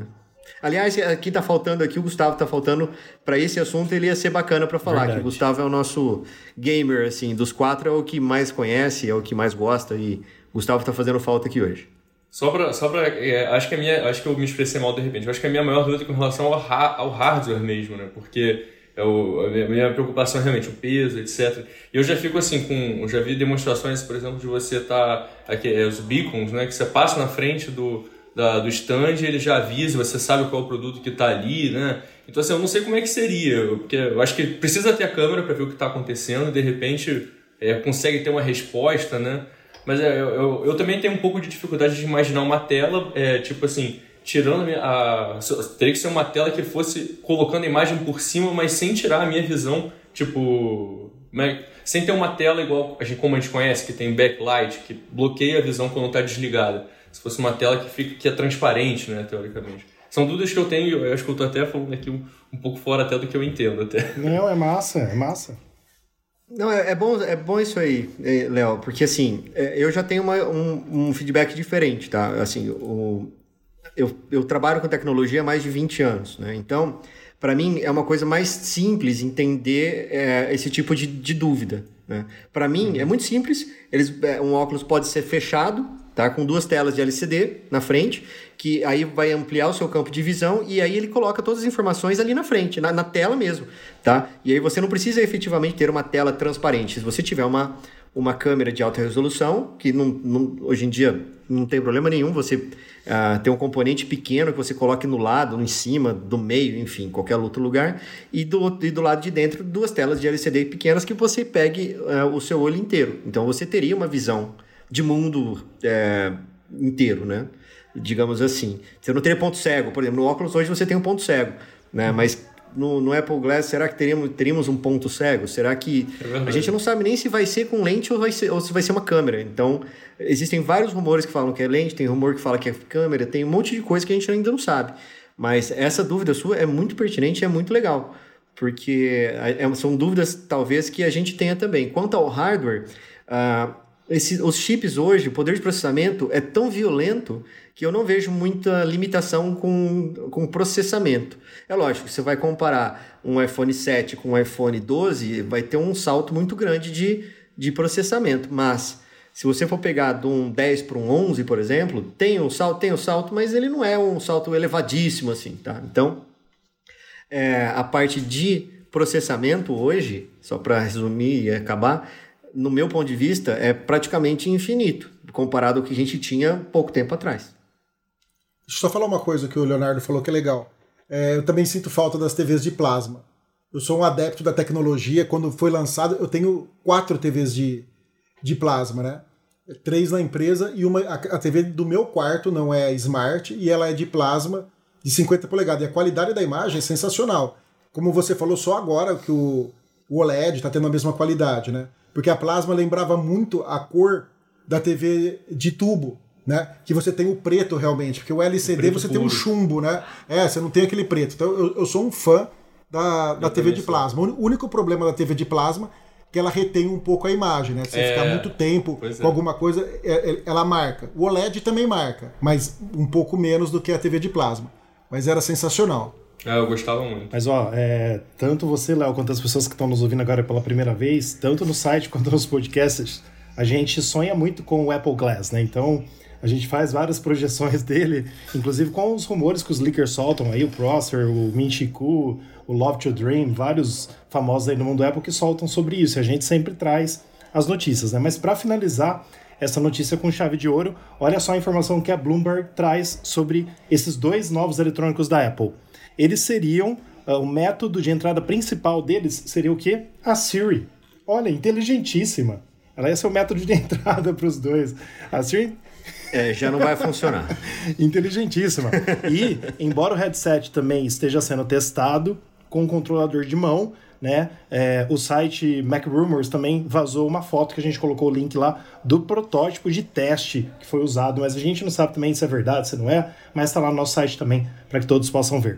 Aliás, aqui tá faltando aqui, o Gustavo tá faltando para esse assunto, ele ia ser bacana para falar, Verdade. que o Gustavo é o nosso gamer, assim, dos quatro é o que mais conhece, é o que mais gosta e o Gustavo tá fazendo falta aqui hoje. Só pra, só pra é, acho que a minha, acho que eu me expressei mal de repente, eu acho que a minha maior dúvida é com relação ao, ha- ao hardware mesmo, né, porque é o, a minha, minha preocupação é realmente o peso, etcétera. E eu já fico assim com, eu já vi demonstrações, por exemplo, de você tá, aqui, é, os beacons, né, que você passa na frente do Da, do stand, ele já avisa, você sabe qual é o produto que está ali, né? Então, assim, eu não sei como é que seria, porque eu acho que precisa ter a câmera para ver o que está acontecendo e, de repente, é, consegue ter uma resposta, né? Mas é, eu, eu, eu também tenho um pouco de dificuldade de imaginar uma tela, é, tipo assim, tirando a, minha, a... Teria que ser uma tela que fosse colocando a imagem por cima, mas sem tirar a minha visão, tipo... Sem ter uma tela igual a gente, como a gente conhece, que tem backlight, que bloqueia a visão quando está desligada. Se fosse uma tela que, fica, que é transparente, né, teoricamente. São dúvidas que eu tenho, eu acho que eu estou até falando aqui um, um pouco fora até do que eu entendo. Até. Não, é massa, é massa. Não, é, é, bom, é bom isso aí, Léo, porque assim, eu já tenho uma, um, um feedback diferente, tá? Assim, o, eu, eu trabalho com tecnologia há mais de vinte anos, né? Então, para mim, é uma coisa mais simples entender é, esse tipo de, de dúvida, né? Para mim, é muito simples, eles, um óculos pode ser fechado, tá? Com duas telas de L C D na frente, que aí vai ampliar o seu campo de visão e aí ele coloca todas as informações ali na frente, na, na tela mesmo, tá? E aí você não precisa efetivamente ter uma tela transparente. Se você tiver uma, uma câmera de alta resolução, que não, não, hoje em dia não tem problema nenhum, você uh, tem um componente pequeno que você coloque no lado, em cima, do meio, enfim, qualquer outro lugar, e do, e do lado de dentro duas telas de L C D pequenas que você pegue uh, o seu olho inteiro. Então você teria uma visão de mundo é, inteiro, né? Digamos assim. Você não teria ponto cego, por exemplo, no óculos hoje você tem um ponto cego, né? Mas no, no Apple Glass, será que teríamos, teríamos um ponto cego? Será que... É a gente não sabe nem se vai ser com lente ou, vai ser, ou se vai ser uma câmera. Então, existem vários rumores que falam que é lente, tem rumor que fala que é câmera, tem um monte de coisa que a gente ainda não sabe. Mas essa dúvida sua é muito pertinente e é muito legal, porque é, são dúvidas, talvez, que a gente tenha também. Quanto ao hardware... Uh, Esse, os chips hoje, o poder de processamento é tão violento que eu não vejo muita limitação com, com processamento. É lógico, você vai comparar um iPhone sete com um iPhone doze, vai ter um salto muito grande de, de processamento, mas se você for pegar de um dez para um onze, por exemplo, tem um salto, tem um salto, mas ele não é um salto elevadíssimo assim, tá? Então, é, a parte de processamento hoje, só para resumir e acabar, no meu ponto de vista, é praticamente infinito, comparado ao que a gente tinha pouco tempo atrás. Deixa eu só falar uma coisa que o Leonardo falou que é legal. É, eu também sinto falta das T Vs de plasma. Eu sou um adepto da tecnologia. Quando foi lançado, eu tenho quatro T Vs de, de plasma, né? Três na empresa e uma, a, a T V do meu quarto não é smart e ela é de plasma de cinquenta polegadas. E a qualidade da imagem é sensacional. Como você falou, só agora que o, o O L E D está tendo a mesma qualidade, né? Porque a plasma lembrava muito a cor da T V de tubo, né? Que você tem o preto realmente, porque o L C D o você puro. Tem um chumbo, né? É, você não tem aquele preto. Então eu, eu sou um fã da, da T V de plasma. O único problema da T V de plasma é que ela retém um pouco a imagem, né? Se você é, ficar muito tempo com é. alguma coisa, ela marca. O O L E D também marca, mas um pouco menos do que a T V de plasma. Mas era sensacional. É, eu gostava muito. Mas, ó, é, tanto você, Léo, quanto as pessoas que estão nos ouvindo agora pela primeira vez, tanto no site quanto nos podcasts, a gente sonha muito com o Apple Glass, né? Então, a gente faz várias projeções dele, inclusive com os rumores que os leakers soltam aí, o Prosser, o Min-Chi-Kuo, o Love to Dream, vários famosos aí no mundo Apple que soltam sobre isso. E a gente sempre traz as notícias, né? Mas para finalizar essa notícia com chave de ouro, olha só a informação que a Bloomberg traz sobre esses dois novos eletrônicos da Apple. Eles seriam, uh, o método de entrada principal deles seria o quê? A Siri. Olha, inteligentíssima. Ela ia ser o método de entrada para os dois. A Siri... É, já não vai funcionar. Inteligentíssima. E, embora o headset também esteja sendo testado com controlador de mão, né, é, o site Mac Rumors também vazou uma foto que a gente colocou o link lá do protótipo de teste que foi usado, mas a gente não sabe também se é verdade, se não é, mas está lá no nosso site também para que todos possam ver.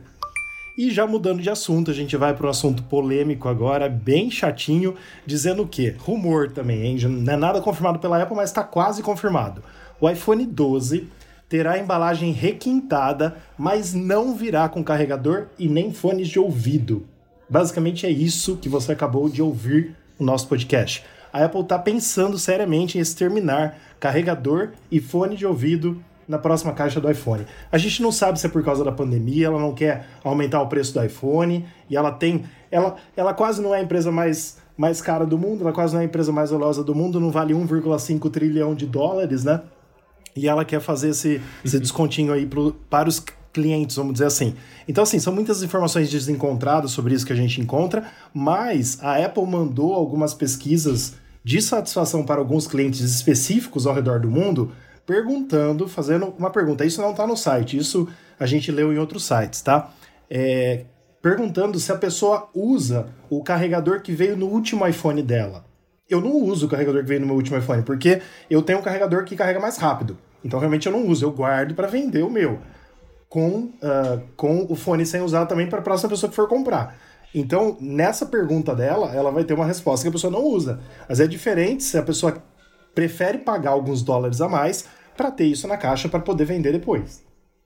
E já mudando de assunto, a gente vai para um assunto polêmico agora, bem chatinho, dizendo o quê? Rumor também, hein? Não é nada confirmado pela Apple, mas está quase confirmado. O iPhone doze terá embalagem requintada, mas não virá com carregador e nem fones de ouvido. Basicamente é isso que você acabou de ouvir no nosso podcast. A Apple está pensando seriamente em exterminar carregador e fone de ouvido na próxima caixa do iPhone. A gente não sabe se é por causa da pandemia, ela não quer aumentar o preço do iPhone, e ela tem... Ela, ela quase não é a empresa mais, mais cara do mundo, ela quase não é a empresa mais valiosa do mundo, não vale um vírgula cinco trilhão de dólares, né? E ela quer fazer esse, esse descontinho aí pro, para os clientes, vamos dizer assim. Então, assim, são muitas informações desencontradas sobre isso que a gente encontra, mas a Apple mandou algumas pesquisas de satisfação para alguns clientes específicos ao redor do mundo, perguntando, fazendo uma pergunta. Isso não está no site, isso a gente leu em outros sites, tá? É, perguntando se a pessoa usa o carregador que veio no último iPhone dela. Eu não uso o carregador que veio no meu último iPhone, porque eu tenho um carregador que carrega mais rápido. Então, realmente, eu não uso. Eu guardo para vender o meu. Com, uh, com o fone sem usar também para a próxima pessoa que for comprar. Então, nessa pergunta dela, ela vai ter uma resposta que a pessoa não usa. Mas é diferente se a pessoa prefere pagar alguns dólares a mais para ter isso na caixa para poder vender depois.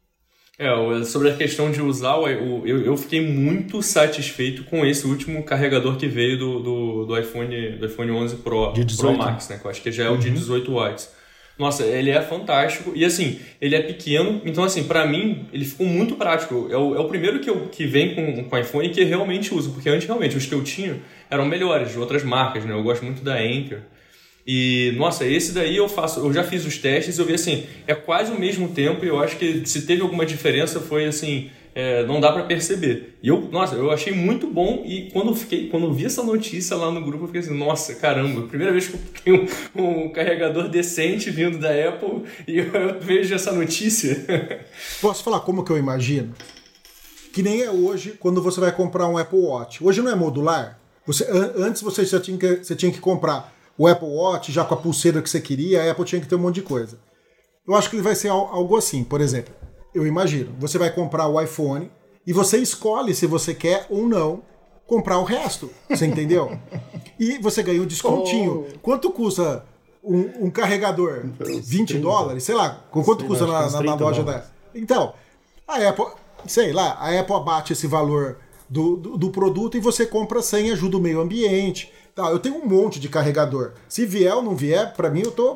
É, sobre a questão de usar, eu, eu fiquei muito satisfeito com esse último carregador que veio do, do, do, iPhone, do iPhone onze Pro, Pro Max, né? Que eu acho que já é o uhum. de dezoito watts. Nossa, ele é fantástico. E assim, ele é pequeno. Então assim, pra mim, ele ficou muito prático. É o, é o primeiro que, eu, que vem com, com iPhone que eu realmente uso. Porque antes, realmente, os que eu tinha eram melhores, de outras marcas, né? Eu gosto muito da Anker. E, nossa, esse daí eu faço, eu já fiz os testes e eu vi assim, é quase o mesmo tempo e eu acho que se teve alguma diferença foi assim, é, não dá pra perceber. E eu, nossa, eu achei muito bom e quando eu, fiquei, quando eu vi essa notícia lá no grupo eu fiquei assim, nossa, caramba, primeira vez que eu tenho um, um carregador decente vindo da Apple e eu, eu vejo essa notícia. Posso falar como que eu imagino? Que nem é hoje quando você vai comprar um Apple Watch. Hoje não é modular. Você, an- antes você já tinha que, você tinha que comprar o Apple Watch, já com a pulseira que você queria, a Apple tinha que ter um monte de coisa. Eu acho que ele vai ser algo assim, por exemplo, eu imagino, você vai comprar o iPhone e você escolhe se você quer ou não comprar o resto, você entendeu? E você ganha um descontinho. Oh. Quanto custa um, um carregador? vinte dólares? Sei lá, quanto sei custa lá, na, na, na loja da... Então, a Apple, sei lá, a Apple abate esse valor do, do, do produto e você compra sem, ajuda o meio ambiente. Tá, eu tenho um monte de carregador. Se vier ou não vier, pra mim eu tô...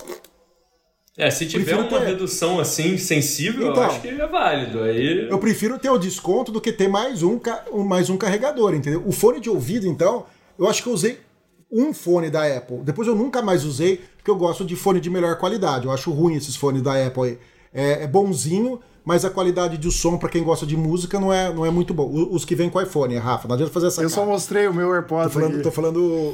É, se tiver uma ter... redução assim, sensível, então, eu acho que é válido. Aí... Eu prefiro ter o desconto do que ter mais um, mais um carregador, entendeu? O fone de ouvido, então, eu acho que eu usei um fone da Apple. Depois eu nunca mais usei, porque eu gosto de fone de melhor qualidade. Eu acho ruim esses fones da Apple aí. É, é bonzinho, mas a qualidade de som, pra quem gosta de música, não é, não é muito bom. Os que vêm com iPhone, Rafa, não adianta fazer essa Eu cara. só mostrei o meu AirPods tô falando, aqui. Tô falando...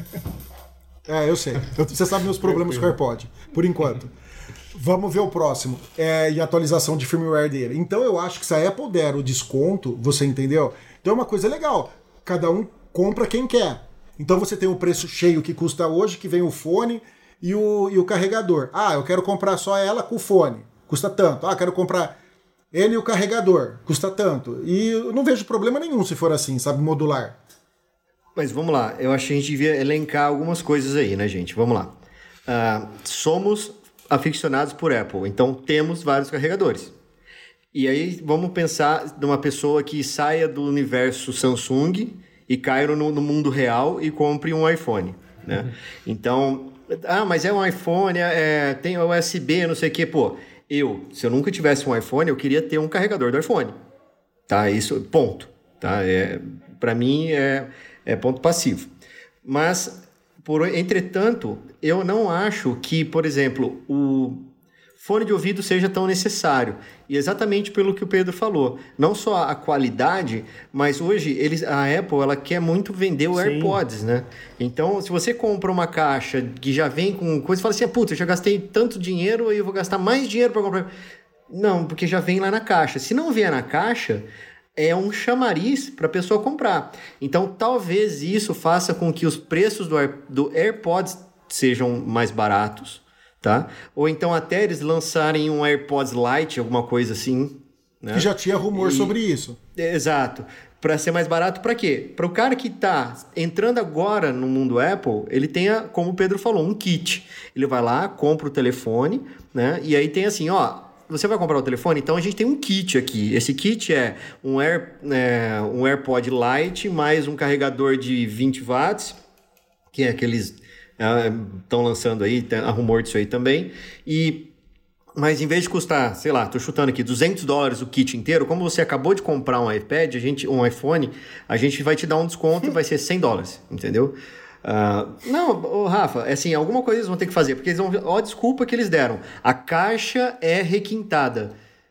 É, eu sei. Você sabe meus problemas com o AirPod, por enquanto. Vamos ver o próximo. É, e a atualização de firmware dele. Então eu acho que se a Apple der o desconto, você entendeu? Então é uma coisa legal. Cada um compra quem quer. Então você tem o preço cheio que custa hoje, que vem o fone e o, e o carregador. Ah, eu quero comprar só ela com o fone. Custa tanto. Ah, quero comprar ele e o carregador. Custa tanto. E eu não vejo problema nenhum se for assim, sabe? Modular. Mas vamos lá. Eu acho que a gente devia elencar algumas coisas aí, né, gente? Vamos lá. Uh, somos aficionados por Apple. Então, temos vários carregadores. E aí, vamos pensar numa pessoa que saia do universo Samsung e caia no, no mundo real e compre um iPhone, né? Uhum. Então, ah, mas é um iPhone, é, tem U S B, não sei o quê. Pô, eu, se eu nunca tivesse um iPhone, eu queria ter um carregador do iPhone. Tá? Isso, ponto. Tá? É, pra mim, é, é ponto passivo. Mas... Por, entretanto, eu não acho que, por exemplo, o fone de ouvido seja tão necessário. E exatamente pelo que o Pedro falou. Não só a qualidade, mas hoje eles, a Apple ela quer muito vender o Sim. AirPods, né? Então, se você compra uma caixa que já vem com coisa, você fala assim, ah, puta, eu já gastei tanto dinheiro e eu vou gastar mais dinheiro para comprar. Não, porque já vem lá na caixa. Se não vier na caixa... é um chamariz para a pessoa comprar. Então, talvez isso faça com que os preços do, Air, do AirPods sejam mais baratos, tá? Ou então até eles lançarem um AirPods Lite, alguma coisa assim. Né? Que já tinha rumor e... sobre isso. Exato. Para ser mais barato, para quê? Para o cara que está entrando agora no mundo Apple, ele tenha, como o Pedro falou, um kit. Ele vai lá, compra o telefone, né? E aí tem assim, ó... você vai comprar o telefone, então a gente tem um kit aqui. Esse kit é um, Air, é, um AirPod Lite mais um carregador de vinte watts, que é aqueles estão uh, lançando aí, tem a rumor disso aí também. E, mas em vez de custar, sei lá, tô chutando aqui, duzentos dólares o kit inteiro, como você acabou de comprar um iPad, a gente, um iPhone, a gente vai te dar um desconto e vai ser cem dólares, entendeu? Uh, não, oh, Rafa, assim, alguma coisa eles vão ter que fazer, porque eles vão... Ó, a desculpa que eles deram. A caixa é requintada.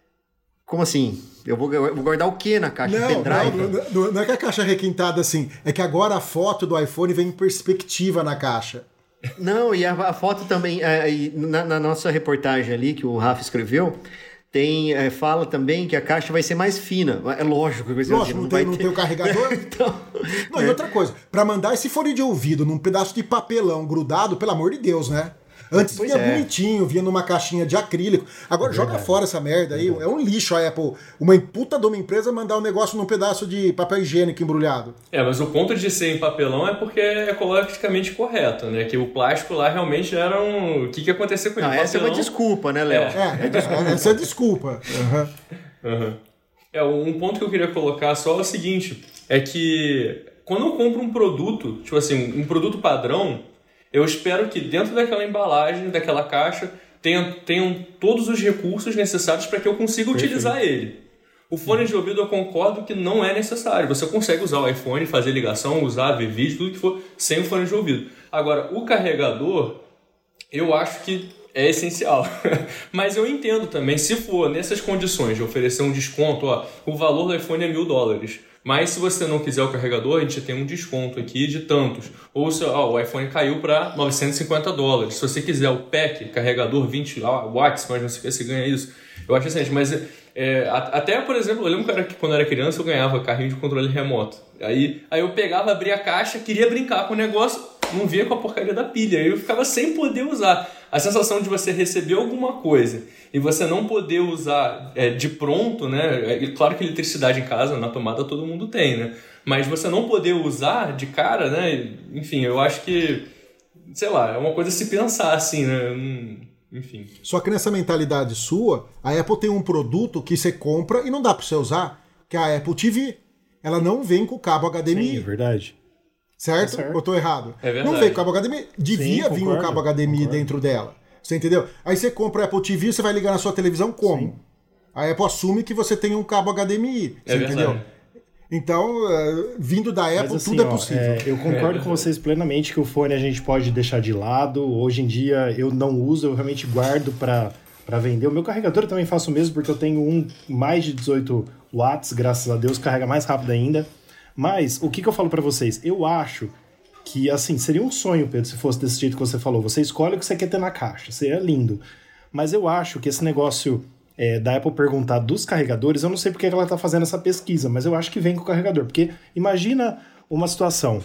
Como assim? Eu vou, eu vou guardar o quê na caixa? Não, não, não, não é que a caixa é requintada assim. É que agora a foto do iPhone vem em perspectiva na caixa. Não, e a, a foto também... É, na, na nossa reportagem ali, que o Rafa escreveu... Tem, é, fala também que a caixa vai ser mais fina. É lógico. Lógico, assim, não, não, tem, não ter... tem o carregador. Então... Não, e outra coisa, para mandar esse fone de ouvido num pedaço de papelão grudado, pelo amor de Deus, né? Antes pois vinha é. bonitinho, vinha numa caixinha de acrílico. Agora é joga fora essa merda aí. É um lixo a Apple. Uma puta de uma empresa mandar um negócio num pedaço de papel higiênico embrulhado. É, mas o ponto de ser em papelão é porque é ecologicamente correto, né? Que o plástico lá realmente era um... O que que ia acontecer com ele? Não, essa papelão... é uma desculpa, né, Léo? É, é, é essa é desculpa. Uhum. Uhum. É, um ponto que eu queria colocar só é o seguinte. É que quando eu compro um produto, tipo assim, um produto padrão... Eu espero que dentro daquela embalagem, daquela caixa, tenham, tenham todos os recursos necessários para que eu consiga Perfeito. utilizar ele. O fone de ouvido eu concordo que não é necessário. Você consegue usar o iPhone, fazer ligação, usar, ver vídeo, tudo que for, sem o fone de ouvido. Agora, o carregador, eu acho que é essencial. Mas eu entendo também, se for nessas condições de oferecer um desconto, ó, o valor do iPhone é mil dólares. Mas se você não quiser o carregador, a gente tem um desconto aqui de tantos. Ou se ó, o iPhone caiu para novecentos e cinquenta dólares. Se você quiser o pack, carregador vinte watts, mas não sei o que, você ganha isso. Eu acho excelente. Mas é, até, por exemplo, eu lembro que quando eu era criança eu ganhava carrinho de controle remoto. Aí, aí eu pegava, abria a caixa, queria brincar com o negócio, não vinha com a porcaria da pilha. Aí eu ficava sem poder usar. A sensação de você receber alguma coisa e você não poder usar é, de pronto, né? É, claro que eletricidade em casa, na tomada, todo mundo tem, né? Mas você não poder usar de cara, né? Enfim, eu acho que, sei lá, é uma coisa a se pensar assim, né? Hum, enfim. Só que nessa mentalidade sua, a Apple tem um produto que você compra e não dá para você usar, que é a Apple T V. Ela não vem com cabo H D M I. Sim, é verdade. Certo? É certo. Ou eu tô errado? É verdade. Não veio cabo H D M I. Devia Sim, vir concordo, um cabo H D M I concordo. dentro dela. Você entendeu? Aí você compra a Apple T V, você vai ligar na sua televisão como? Sim. A Apple assume que você tem um cabo H D M I. Você é entendeu? Verdade. Então, uh, vindo da Apple, Mas, assim, tudo é ó, possível. É, eu concordo é com vocês plenamente que o fone a gente pode deixar de lado. Hoje em dia eu não uso, eu realmente guardo para para vender. O meu carregador eu também faço o mesmo, porque eu tenho um mais de dezoito watts, graças a Deus, carrega mais rápido ainda. Mas, o que, que eu falo para vocês? Eu acho que, assim, seria um sonho, Pedro, se fosse desse jeito que você falou. Você escolhe o que você quer ter na caixa, seria lindo. Mas eu acho que esse negócio é, da Apple perguntar dos carregadores, eu não sei porque ela tá fazendo essa pesquisa, mas eu acho que vem com o carregador. Porque imagina uma situação,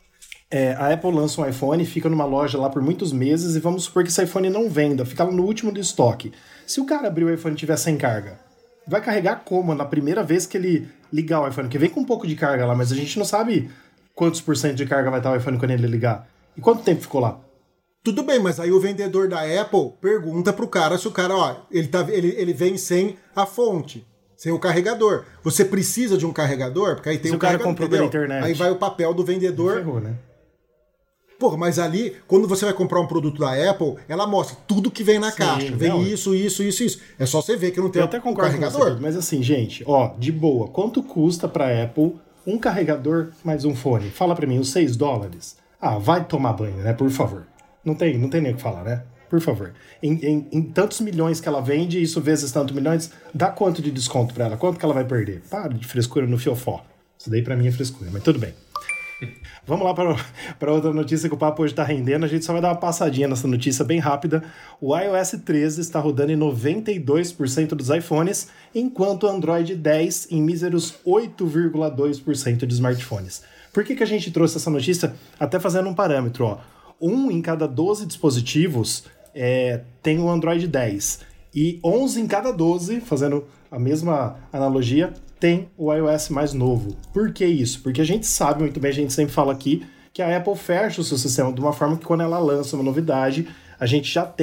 é, a Apple lança um iPhone, fica numa loja lá por muitos meses e vamos supor que esse iPhone não venda, fica lá no último do estoque. Se o cara abrir o iPhone e tiver sem carga, vai carregar como na primeira vez que ele ligar o iPhone? Porque vem com um pouco de carga lá, mas a gente não sabe quantos por cento de carga vai estar o iPhone quando ele ligar. E quanto tempo ficou lá? Tudo bem, mas aí o vendedor da Apple pergunta pro cara se o cara, ó, ele, tá, ele, ele vem sem a fonte, sem o carregador. Você precisa de um carregador? Porque aí tem se um o cara carregador, comprou pela internet. Aí vai o papel do vendedor. Ferrou, né? Porra, mas ali, quando você vai comprar um produto da Apple, ela mostra tudo que vem na Sim, caixa. Vem não, isso, isso, isso, isso. É só você ver que não tem eu até concordo um carregador. Com você, mas assim, gente, ó, de boa, quanto custa pra Apple um carregador mais um fone? Fala pra mim, uns seis dólares? Ah, vai tomar banho, né? Por favor. Não tem, não tem nem o que falar, né? Por favor. Em, em, em tantos milhões que ela vende, isso vezes tantos milhões, dá quanto de desconto pra ela? Quanto que ela vai perder? Para de frescura no fiofó. Isso daí pra mim é frescura, mas tudo bem. Vamos lá para outra notícia que o papo hoje está rendendo. A gente só vai dar uma passadinha nessa notícia bem rápida. O iOS treze está rodando em noventa e dois por cento dos iPhones, enquanto o Android dez em míseros oito vírgula dois por cento de smartphones. Por que, que a gente trouxe essa notícia? Até fazendo um parâmetro. Ó. Um em cada doze dispositivos é, tem o Android dez. E onze em cada doze, fazendo a mesma analogia, tem o iOS mais novo. Por que isso? Porque a gente sabe muito bem, a gente sempre fala aqui, que a Apple fecha o seu sistema de uma forma que quando ela lança uma novidade, a gente já tem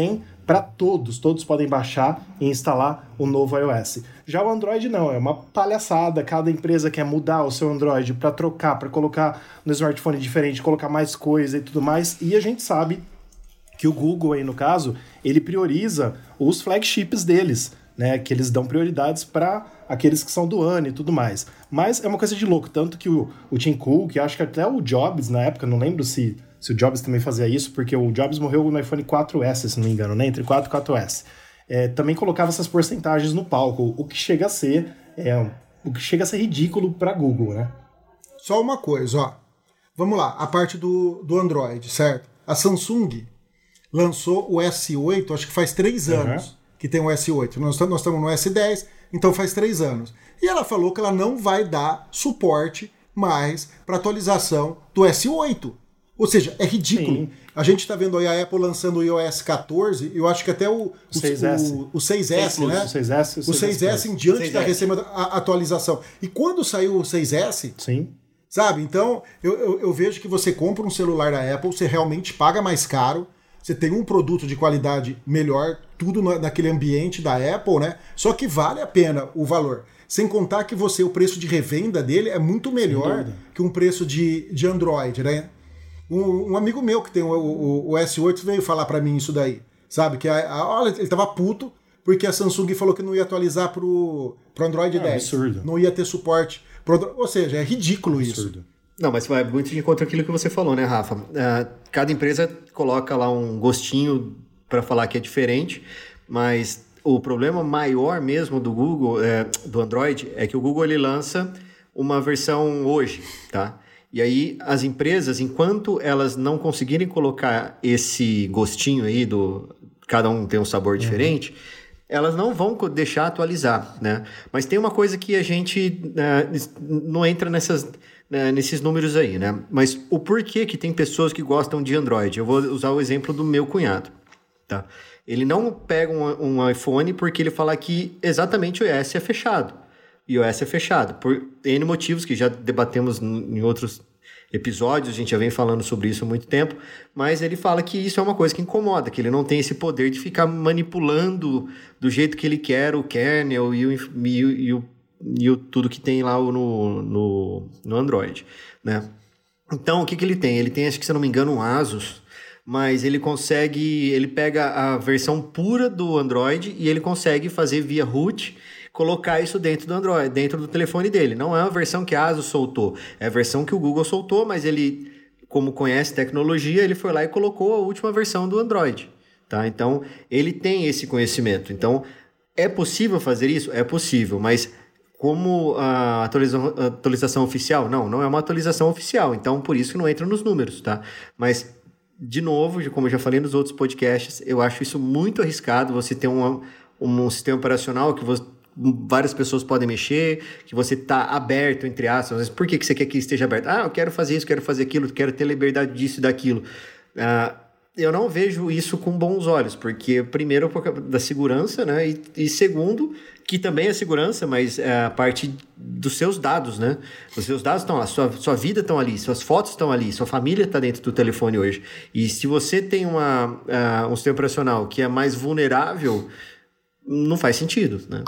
para todos, todos podem baixar e instalar o novo iOS. Já o Android não, é uma palhaçada, cada empresa quer mudar o seu Android para trocar, para colocar no smartphone diferente, colocar mais coisa e tudo mais, e a gente sabe que o Google aí no caso, ele prioriza os flagships deles, né, que eles dão prioridades para aqueles que são do ano e tudo mais. Mas é uma coisa de louco, tanto que o, o Tim Cook, acho que até o Jobs na época, não lembro se, se o Jobs também fazia isso, porque o Jobs morreu no iPhone quatro S, se não me engano, né, entre quatro e quatro S. É, também colocava essas porcentagens no palco, o que chega a ser, é, o que chega a ser ridículo para Google, né? Só uma coisa, ó. Vamos lá, a parte do, do Android, certo? A Samsung lançou o S oito, acho que faz três anos. Uhum. Que tem o S oito. Nós estamos, nós estamos no S dez, então faz três anos. E ela falou que ela não vai dar suporte mais para atualização do S oito. Ou seja, é ridículo. Sim. A gente está vendo aí a Apple lançando o iOS quatorze, eu acho que até o, o, seis S. o, o seis S, né? O seis S, o seis S em diante está recebendo a atualização. E quando saiu o seis S, sim. Sabe? Então, eu, eu, eu vejo que você compra um celular da Apple, você realmente paga mais caro, você tem um produto de qualidade melhor, tudo naquele ambiente da Apple, né? Só que vale a pena o valor. Sem contar que você, o preço de revenda dele é muito melhor que um preço de, de Android, né? Um, um amigo meu que tem o, o, o S oito veio falar pra mim isso daí, sabe? Que a, a, olha, ele tava puto porque a Samsung falou que não ia atualizar pro, pro Android é, dez. Absurdo. Não ia ter suporte. Pro, ou seja, é ridículo absurdo. Isso. Não, mas vai muito de encontro àquilo que você falou, né, Rafa? Uh, cada empresa coloca lá um gostinho para falar que é diferente, mas o problema maior mesmo do Google, é, do Android, é que o Google ele lança uma versão hoje, tá? E aí as empresas, enquanto elas não conseguirem colocar esse gostinho aí do cada um tem um sabor uhum. diferente, elas não vão deixar atualizar, né? Mas tem uma coisa que a gente uh, não entra nessas, uh, nesses números aí, né? Mas o porquê que tem pessoas que gostam de Android? Eu vou usar o exemplo do meu cunhado, tá? Ele não pega um, um iPhone porque ele fala que exatamente o iOS é fechado. E o iOS é fechado, por N motivos que já debatemos em outros episódios, a gente já vem falando sobre isso há muito tempo, mas ele fala que isso é uma coisa que incomoda, que ele não tem esse poder de ficar manipulando do jeito que ele quer o kernel e o, e o, e o, e o tudo que tem lá no, no, no Android, né? Então, o que, que ele tem? Ele tem, acho que se eu não me engano, um Asus, mas ele consegue, ele pega a versão pura do Android e ele consegue fazer via root, colocar isso dentro do Android, dentro do telefone dele. Não é uma versão que a Asus soltou, é a versão que o Google soltou, mas ele, como conhece tecnologia, ele foi lá e colocou a última versão do Android, tá? Então, ele tem esse conhecimento. Então, é possível fazer isso? É possível, mas como a atualização, a atualização oficial? Não, não é uma atualização oficial, então por isso que não entra nos números, tá? Mas, de novo, como eu já falei nos outros podcasts, eu acho isso muito arriscado, você ter um, um sistema operacional que você várias pessoas podem mexer, que você está aberto, entre aspas. Por que, que você quer que esteja aberto? Ah, eu quero fazer isso, quero fazer aquilo, quero ter liberdade disso e daquilo. Ah, eu não vejo isso com bons olhos, porque primeiro por causa da segurança, né? E, e segundo, que também é segurança, mas é a parte dos seus dados, né? Os seus dados estão lá, sua, sua vida estão ali, suas fotos estão ali, sua família está dentro do telefone hoje. E se você tem uma, uh, um sistema operacional que é mais vulnerável, não faz sentido, né?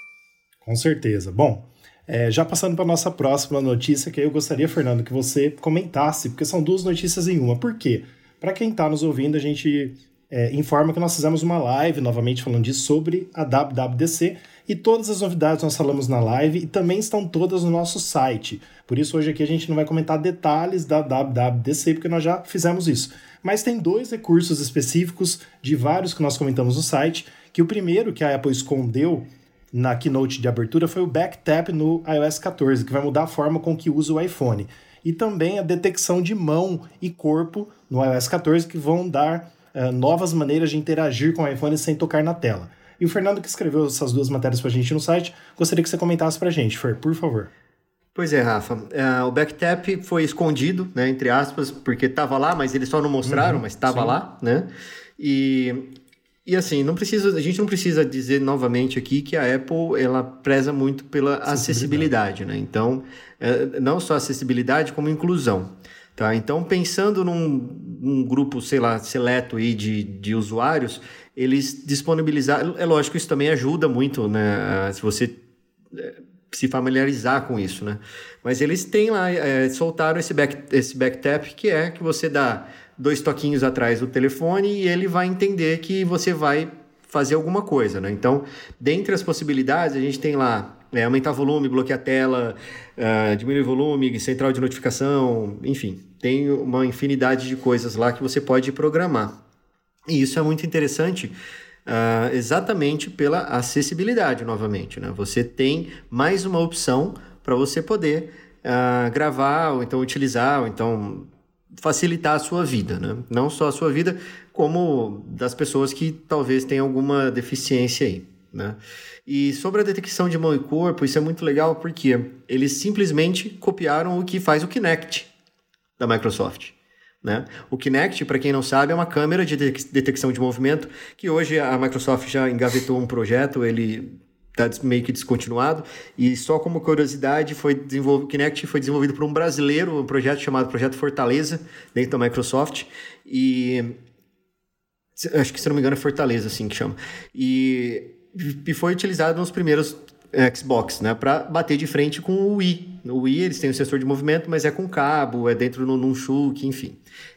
Com certeza. Bom, é, já passando para a nossa próxima notícia, que eu gostaria, Fernando, que você comentasse, porque são duas notícias em uma. Por quê? Para quem está nos ouvindo, a gente é, informa que nós fizemos uma live, novamente falando disso, sobre a W W D C, e todas as novidades nós falamos na live e também estão todas no nosso site. Por isso, hoje aqui a gente não vai comentar detalhes da W W D C, porque nós já fizemos isso. Mas tem dois recursos específicos de vários que nós comentamos no site, que o primeiro que a Apple escondeu na keynote de abertura foi o Backtap no iOS quatorze, que vai mudar a forma com que usa o iPhone. E também a detecção de mão e corpo no iOS quatorze, que vão dar uh, novas maneiras de interagir com o iPhone sem tocar na tela. E o Fernando, que escreveu essas duas matérias pra gente no site, gostaria que você comentasse pra gente, Fer, por favor. Pois é, Rafa. Uh, o Backtap foi escondido, né, entre aspas, porque estava lá, mas eles só não mostraram, uhum, mas estava lá, né? E... E assim, não precisa, a gente não precisa dizer novamente aqui que a Apple ela preza muito pela acessibilidade, acessibilidade, né? Então, é, não só acessibilidade, como inclusão, tá? Então, pensando num, num grupo, sei lá, seleto aí de, de usuários, eles disponibilizaram... É lógico, isso também ajuda muito, né? Se você se familiarizar com isso, né? Mas eles têm lá, é, soltaram esse, back, esse backtap, que é que você dá dois toquinhos atrás do telefone e ele vai entender que você vai fazer alguma coisa, né? Então, dentre as possibilidades, a gente tem lá é, aumentar volume, bloquear a tela, uh, diminuir volume, central de notificação, enfim, tem uma infinidade de coisas lá que você pode programar. E isso é muito interessante, uh, exatamente pela acessibilidade, novamente, né? Você tem mais uma opção para você poder uh, gravar, ou então utilizar, ou então facilitar a sua vida, né? Não só a sua vida, como das pessoas que talvez tenham alguma deficiência aí, né? E sobre a detecção de mão e corpo, isso é muito legal porque eles simplesmente copiaram o que faz o Kinect da Microsoft, né? O Kinect, para quem não sabe, é uma câmera de detecção de movimento que hoje a Microsoft já engavetou um projeto, ele está meio que descontinuado, e só como curiosidade, foi desenvolvido, o Kinect foi desenvolvido por um brasileiro, um projeto chamado Projeto Fortaleza, dentro da Microsoft, e acho que, se não me engano, é Fortaleza, assim que chama, e, e foi utilizado nos primeiros Xbox, né, para bater de frente com o Wii. No Wii eles têm um sensor de movimento, mas é com cabo, é dentro de um chute, enfim.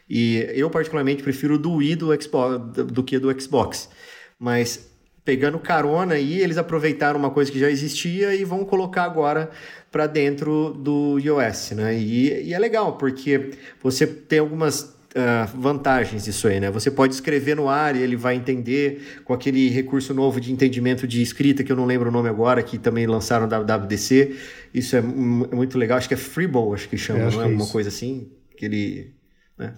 E eu particularmente prefiro do Wii do, Xbox, do que do Xbox, mas pegando carona aí, eles aproveitaram uma coisa que já existia e vão colocar agora para dentro do iOS, né? E, e é legal, porque você tem algumas uh, vantagens disso aí, né? Você pode escrever no ar e ele vai entender com aquele recurso novo de entendimento de escrita, que eu não lembro o nome agora, que também lançaram no W W D C. Isso é, é muito legal, acho que é Freebo, acho que chama, é, não é? Uma coisa assim, que ele... Né?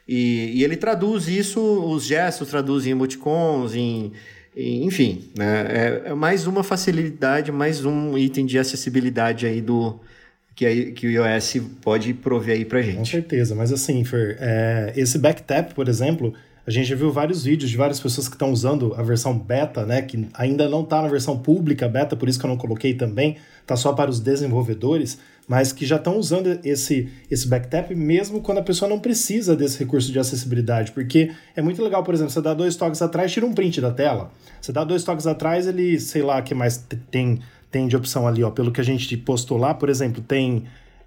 E, e ele traduz isso, os gestos traduz em emoticons, em... Enfim, né? é, é mais uma facilidade, mais um item de acessibilidade aí do, que, aí, que o iOS pode prover aí pra gente. Com certeza, mas assim, Fer, é, esse backtap, por exemplo, a gente já viu vários vídeos de várias pessoas que estão usando a versão beta, né, que ainda não está na versão pública beta, por isso que eu não coloquei também, tá só para os desenvolvedores, mas que já estão usando esse, esse backtap mesmo quando a pessoa não precisa desse recurso de acessibilidade, porque é muito legal, por exemplo, você dá dois toques atrás, tira um print da tela, você dá dois toques atrás, ele, sei lá, o que mais tem, tem de opção ali, ó, pelo que a gente postou lá, por exemplo, tem,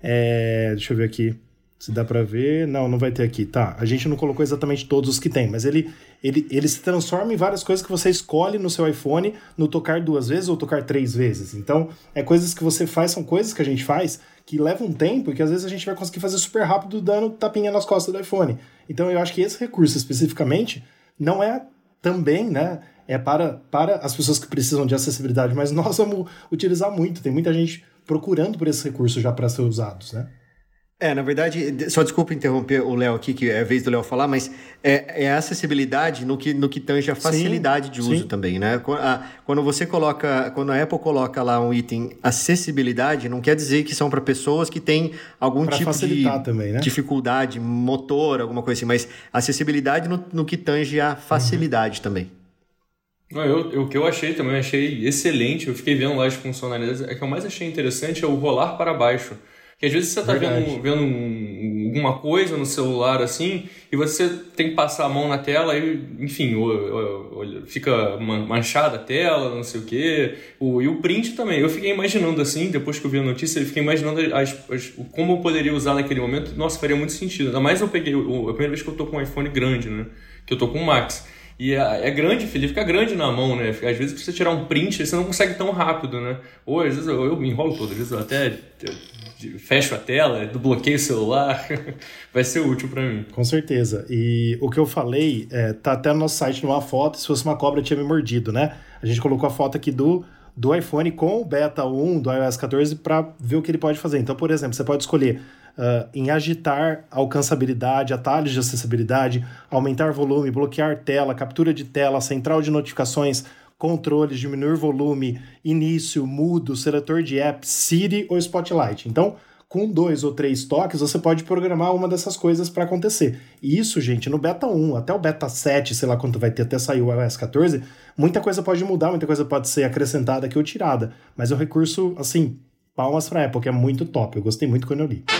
é, deixa eu ver aqui, se dá pra ver, não, não vai ter aqui, tá, a gente não colocou exatamente todos os que tem, mas ele, ele, ele se transforma em várias coisas que você escolhe no seu iPhone no tocar duas vezes ou tocar três vezes, então é coisas que você faz, são coisas que a gente faz que levam um tempo e que às vezes a gente vai conseguir fazer super rápido dando tapinha nas costas do iPhone, então eu acho que esse recurso especificamente não é também, né, é para, para as pessoas que precisam de acessibilidade, mas nós vamos utilizar muito, tem muita gente procurando por esse recurso já para ser usados, né? É, na verdade, só desculpa interromper o Léo aqui, que é a vez do Léo falar, mas é, é a acessibilidade no que, no que tange a facilidade sim, de uso sim. também, né? Quando você coloca, quando a Apple coloca lá um item acessibilidade, não quer dizer que são para pessoas que têm algum pra tipo de também, né? dificuldade motor, alguma coisa assim, mas acessibilidade no, no que tange a facilidade uhum. também. Eu, eu, o que eu achei também, eu achei excelente, eu fiquei vendo lá as funcionalidades, é que eu mais achei interessante é o rolar para baixo. Que às vezes você tá Verdade. vendo, vendo um, alguma coisa no celular assim, e você tem que passar a mão na tela e, enfim, o, o, o, fica manchada a tela, não sei o quê. O, e o print também. Eu fiquei imaginando assim, depois que eu vi a notícia, eu fiquei imaginando as, as, como eu poderia usar naquele momento. Nossa, faria muito sentido. Ainda mais eu peguei, o, a primeira vez que eu tô com um iPhone grande, né? Que eu tô com um Max. E é, é grande, filho, fica grande na mão, né? Às vezes, pra você tirar um print, você não consegue tão rápido, né? Ou às vezes eu, eu me enrolo todo, às vezes eu até eu fecho a tela, bloqueio o celular. Vai ser útil pra mim. Com certeza. E o que eu falei, é, tá até no nosso site numa foto, se fosse uma cobra tinha me mordido, né? A gente colocou a foto aqui do, do iPhone com o Beta um do iOS catorze pra ver o que ele pode fazer. Então, por exemplo, você pode escolher Uh, em agitar alcançabilidade, atalhos de acessibilidade, aumentar volume, bloquear tela, captura de tela, central de notificações, controles, diminuir volume, início, mudo, seletor de apps, Siri ou Spotlight. Então, com dois ou três toques, você pode programar uma dessas coisas para acontecer. E isso, gente, no Beta um, até o Beta sete, sei lá quanto vai ter até sair o iOS catorze, muita coisa pode mudar, muita coisa pode ser acrescentada aqui ou tirada. Mas é um recurso, assim, palmas para a Apple, que é muito top. Eu gostei muito quando eu li.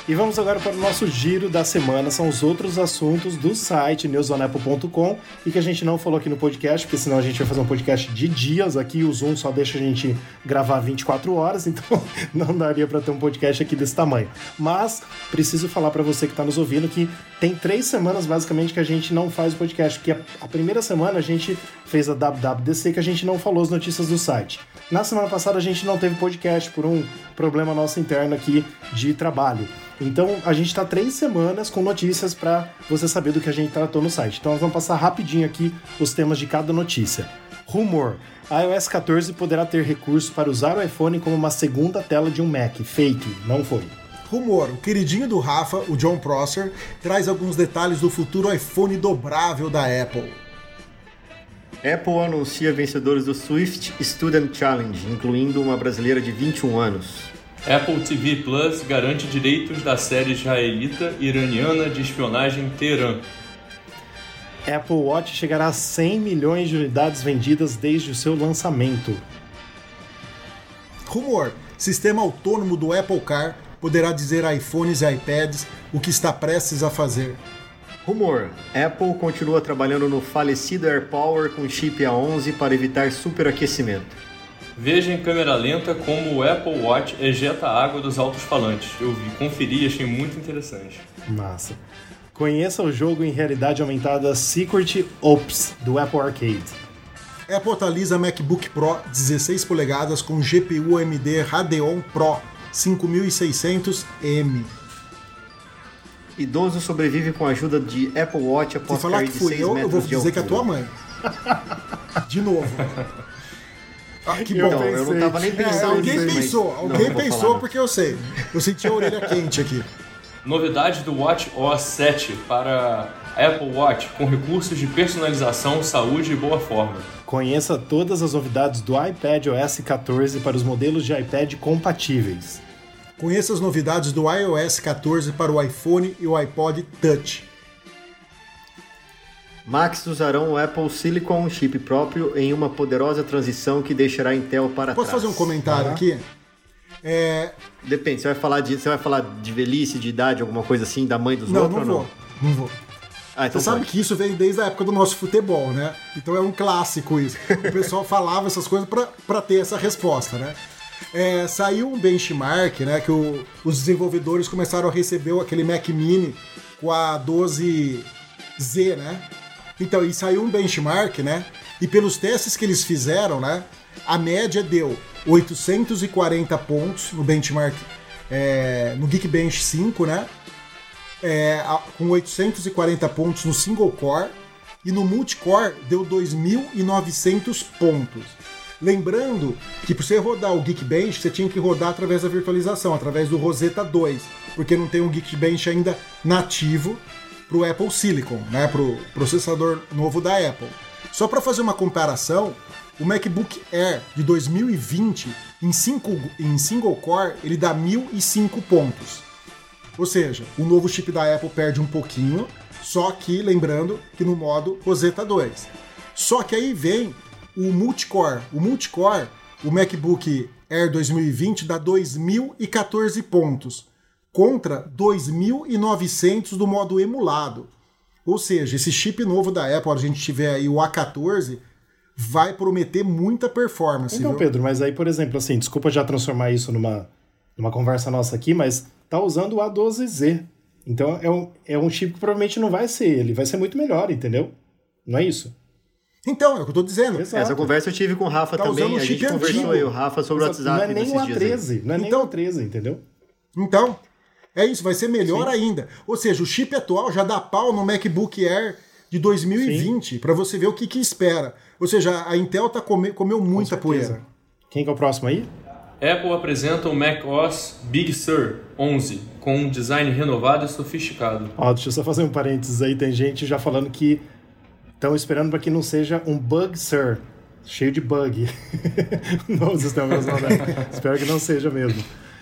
E vamos agora para o nosso giro da semana, são os outros assuntos do site news on apple ponto com e que a gente não falou aqui no podcast, porque senão a gente vai fazer um podcast de dias aqui, o Zoom só deixa a gente gravar vinte e quatro horas, então não daria para ter um podcast aqui desse tamanho. Mas preciso falar para você que está nos ouvindo que tem três semanas basicamente que a gente não faz o podcast, porque a primeira semana a gente fez a W W D C que a gente não falou as notícias do site. Na semana passada a gente não teve podcast por um problema nosso interno aqui de trabalho. Então, a gente está três semanas com notícias para você saber do que a gente tratou no site. Então, nós vamos passar rapidinho aqui os temas de cada notícia. Rumor. A iOS quatorze poderá ter recurso para usar o iPhone como uma segunda tela de um Mac. Fake. Não foi. Rumor. O queridinho do Rafa, o John Prosser, traz alguns detalhes do futuro iPhone dobrável da Apple. Apple anuncia vencedores do Swift Student Challenge, incluindo uma brasileira de vinte e um anos. Apple T V Plus garante direitos da série israelita e iraniana de espionagem Teherã. Apple Watch chegará a cem milhões de unidades vendidas desde o seu lançamento. Rumor. Sistema autônomo do Apple Car poderá dizer a iPhones e iPads o que está prestes a fazer. Rumor. Apple continua trabalhando no falecido AirPower com chip A onze para evitar superaquecimento. Veja em câmera lenta como o Apple Watch ejeta a água dos alto-falantes. Eu vi, conferi e achei muito interessante. Massa. Conheça o jogo em realidade aumentada Secret Ops, do Apple Arcade. Apple atualiza MacBook Pro dezesseis polegadas com G P U A M D Radeon Pro cinco mil e seiscentos M. Idoso sobrevive com a ajuda de Apple Watch após Se falar cair que de fui seis eu, metros eu vou de dizer que é a altura. tua mãe. De novo. Ah, que Então, bom. eu não tava nem É, pensando alguém nisso, pensou, mas... alguém não, não vou pensou falar, porque eu sei. Eu senti a orelha quente aqui. Novidade do Watch O S sete para Apple Watch com recursos de personalização, saúde e boa forma. Conheça todas as novidades do iPad O S quatorze para os modelos de iPad compatíveis. Conheça as novidades do iOS quatorze para o iPhone e o iPod Touch. Macs usarão o Apple Silicon chip próprio em uma poderosa transição que deixará a Intel para Posso trás. fazer um comentário Ah. aqui? É... Depende, você vai falar de, você vai falar de velhice, de idade, alguma coisa assim, da mãe dos Não, outros não ou vou. não? Não vou. Ah, então Você sabe pode. que isso vem desde a época do nosso futebol, né? Então é um clássico isso. O pessoal falava essas coisas para ter essa resposta, né? É, saiu um benchmark, né? Que o, os desenvolvedores começaram a receber aquele Mac Mini com a doze Z, né? Então, e saiu um benchmark, né? E pelos testes que eles fizeram, né? A média deu oitocentos e quarenta pontos no benchmark, é, no Geekbench cinco, né? É, com oitocentos e quarenta pontos no single core e no multicore deu dois mil e novecentos pontos. Lembrando que para você rodar o Geekbench, você tinha que rodar através da virtualização, através do Rosetta dois, porque não tem um Geekbench ainda nativo para o Apple Silicon, né, para o processador novo da Apple. Só para fazer uma comparação, o MacBook Air de dois mil e vinte em, cinco, em single core ele dá mil e cinco pontos. Ou seja, o novo chip da Apple perde um pouquinho, só que lembrando que no modo Rosetta dois. Só que aí vem o multicore. O multicore, o MacBook Air dois mil e vinte dá dois mil e quatorze pontos, contra dois mil e novecentos do modo emulado. Ou seja, esse chip novo da Apple, a gente tiver aí o A quatorze, vai prometer muita performance. Então, viu? Pedro, mas aí, por exemplo, assim, desculpa já transformar isso numa, numa conversa nossa aqui, mas tá usando o A doze Z. Então é um, é um chip que provavelmente não vai ser ele, vai ser muito melhor, entendeu? Não é isso? Então, é o que eu tô dizendo. Exato. Essa conversa eu tive com o Rafa Tá usando também, um a gente chip conversou antigo. aí, o Rafa, sobre Exato. o WhatsApp Não é nem nesses o A dias aí. treze, não é nem Então- o A treze, entendeu? Então, é isso, vai ser melhor ainda. Ou seja, o chip atual já dá pau no MacBook Air de dois mil e vinte, para você ver o que, que espera. Ou seja, a Intel tá come, comeu muita Com certeza. poeira. Quem que é o próximo aí? Apple apresenta o macOS Big Sur onze com um design renovado e sofisticado. Ó, deixa eu só fazer um parênteses aí, tem gente já falando que estão esperando para que não seja um Bug Sur, cheio de bug. No sistema operacional. Espero que não seja mesmo.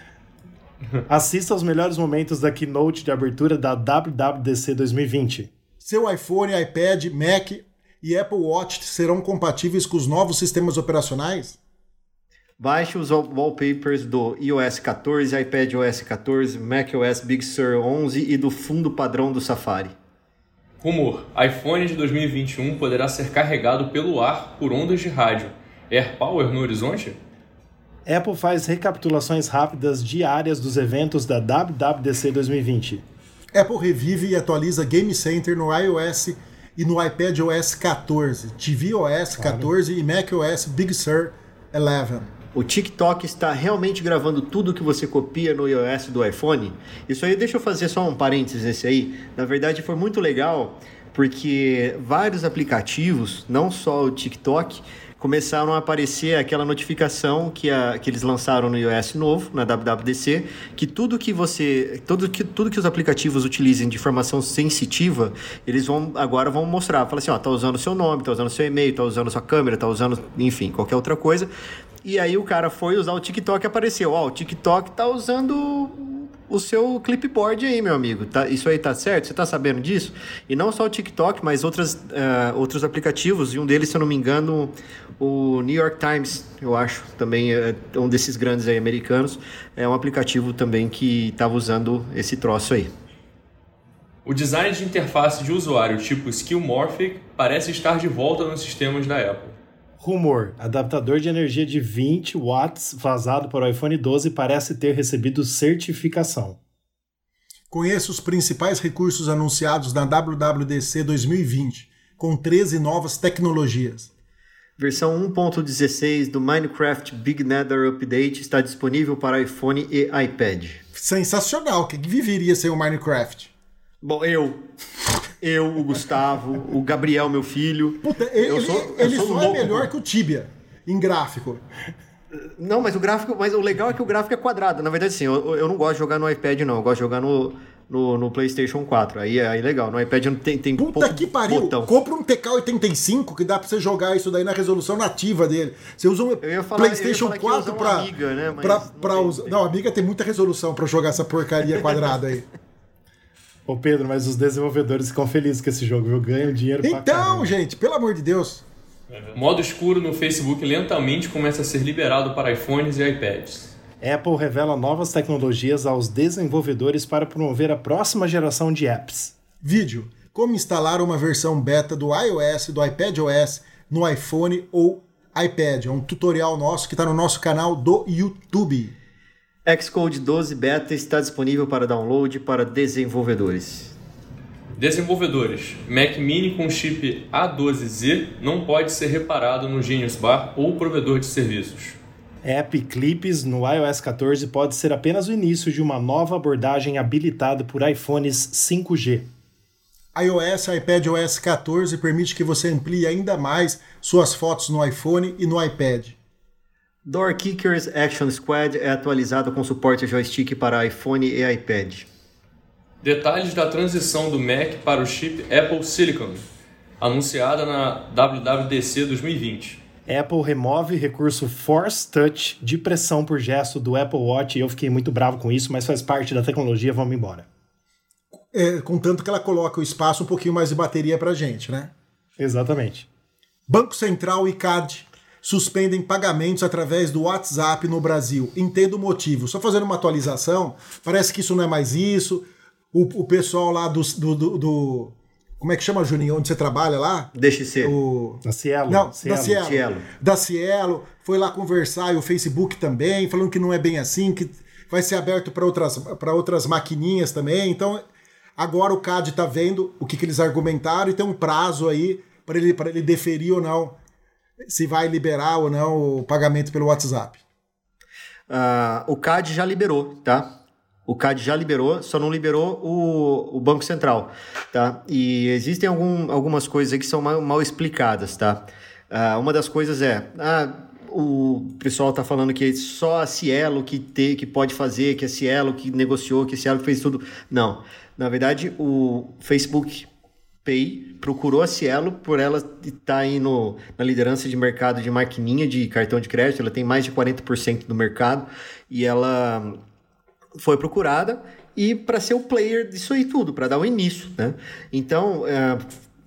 Assista aos melhores momentos da keynote de abertura da W W D C dois mil e vinte. Seu iPhone, iPad, Mac e Apple Watch serão compatíveis com os novos sistemas operacionais? Baixe os wallpapers do iOS quatorze, iPadOS quatorze, macOS Big Sur onze e do fundo padrão do Safari. Rumor: iPhone de dois mil e vinte e um poderá ser carregado pelo ar por ondas de rádio. AirPower no horizonte? Apple faz recapitulações rápidas diárias dos eventos da W W D C dois mil e vinte. Apple revive e atualiza Game Center no iOS e no iPadOS quatorze, tvOS quatorze claro. E macOS Big Sur onze. O TikTok está realmente gravando tudo que você copia no iOS do iPhone? Isso aí, deixa eu fazer só um parênteses nesse aí. Na verdade, foi muito legal, porque vários aplicativos, não só o TikTok, começaram a aparecer aquela notificação que, a, que eles lançaram no iOS novo, na W W D C, que tudo que você, tudo que, tudo que os aplicativos utilizem de informação sensitiva, eles vão agora vão mostrar, fala assim, ó, tá usando seu nome, tá usando seu e-mail, tá usando sua câmera, tá usando, enfim, qualquer outra coisa. E aí o cara foi usar o TikTok e apareceu, ó, o TikTok tá usando o seu clipboard aí, meu amigo. Tá, isso aí tá certo? Você tá sabendo disso? E não só o TikTok, mas outras, uh, outros aplicativos, e um deles, se eu não me engano, o New York Times, eu acho, também é um desses grandes aí americanos, é um aplicativo também que estava usando esse troço aí. O design de interface de usuário tipo Skillmorphic parece estar de volta nos sistemas da Apple. Rumor: adaptador de energia de vinte watts vazado para o iPhone doze parece ter recebido certificação. Conheça os principais recursos anunciados na W W D C dois mil e vinte, com treze novas tecnologias. Versão um ponto dezesseis do Minecraft Big Nether Update está disponível para iPhone e iPad. Sensacional! Quem viveria sem o Minecraft? Bom, eu... Eu, o Gustavo, o Gabriel, meu filho. Puta, ele, eu sou, ele eu sou só louco, é melhor que o Tibia, em gráfico. Não, mas o gráfico, mas o legal é que o gráfico é quadrado. Na verdade, sim, eu, eu não gosto de jogar no iPad, não. Eu gosto de jogar no, no, no PlayStation quatro. Aí é aí legal. No iPad não tem, tem Puta pouco que pariu! botão. Compra um T K oitenta e cinco que dá pra você jogar isso daí na resolução nativa dele. Você usa um falar, PlayStation quatro pra, Amiga, né? Mas pra, não, pra tem, usar. tem. Não, a Amiga tem muita resolução pra jogar essa porcaria quadrada aí. Ô Pedro, mas os desenvolvedores ficam felizes com esse jogo, viu? Ganham dinheiro pra Então, caramba. gente, pelo amor de Deus. Modo escuro no Facebook lentamente começa a ser liberado para iPhones e iPads. Apple revela novas tecnologias aos desenvolvedores para promover a próxima geração de apps. Vídeo: como instalar uma versão beta do iOS e do iPadOS no iPhone ou iPad. É um tutorial nosso que está no nosso canal do YouTube. Xcode doze Beta está disponível para download para desenvolvedores. Desenvolvedores: Mac Mini com chip A doze Z não pode ser reparado no Genius Bar ou provedor de serviços. App Clips no iOS quatorze pode ser apenas o início de uma nova abordagem habilitada por iPhones cinco G. iOS e iPadOS quatorze permite que você amplie ainda mais suas fotos no iPhone e no iPad. Door Kickers Action Squad é atualizado com suporte a joystick para iPhone e iPad. Detalhes da transição do Mac para o chip Apple Silicon, anunciada na W W D C dois mil e vinte. Apple remove recurso Force Touch de pressão por gesto do Apple Watch e eu fiquei muito bravo com isso, mas faz parte da tecnologia, vamos embora. É, contanto que ela coloca o espaço um pouquinho mais de bateria pra gente, né? Exatamente. Banco Central e C A D suspendem pagamentos através do WhatsApp no Brasil. Entendo o motivo. Só fazendo uma atualização, parece que isso não é mais isso. O, o pessoal lá do, do, do, do... Como é que chama, Juninho? Onde você trabalha lá? D X C. O... Da Cielo. Não, Cielo. da Cielo. Cielo. Da Cielo. Foi lá conversar e o Facebook também, falando que não é bem assim, que vai ser aberto para outras, para outras maquininhas também. Então, agora o C A D está vendo o que, que eles argumentaram e tem um prazo aí para ele, para ele deferir ou não se vai liberar ou não o pagamento pelo WhatsApp. Uh, o C A D já liberou, tá? O C A D já liberou, só não liberou o, o Banco Central, tá? E existem algum, algumas coisas aí que são mal, mal explicadas, tá? Uh, uma das coisas é... Ah, o pessoal tá falando que só a Cielo que, te, que pode fazer, que a Cielo que negociou, que a Cielo fez tudo. Não. Na verdade, o Facebook Pay procurou a Cielo por ela estar aí no, na liderança de mercado de maquininha de cartão de crédito. Ela tem mais de quarenta por cento do mercado e ela foi procurada e para ser o player disso aí tudo, para dar o início, né? Então, é,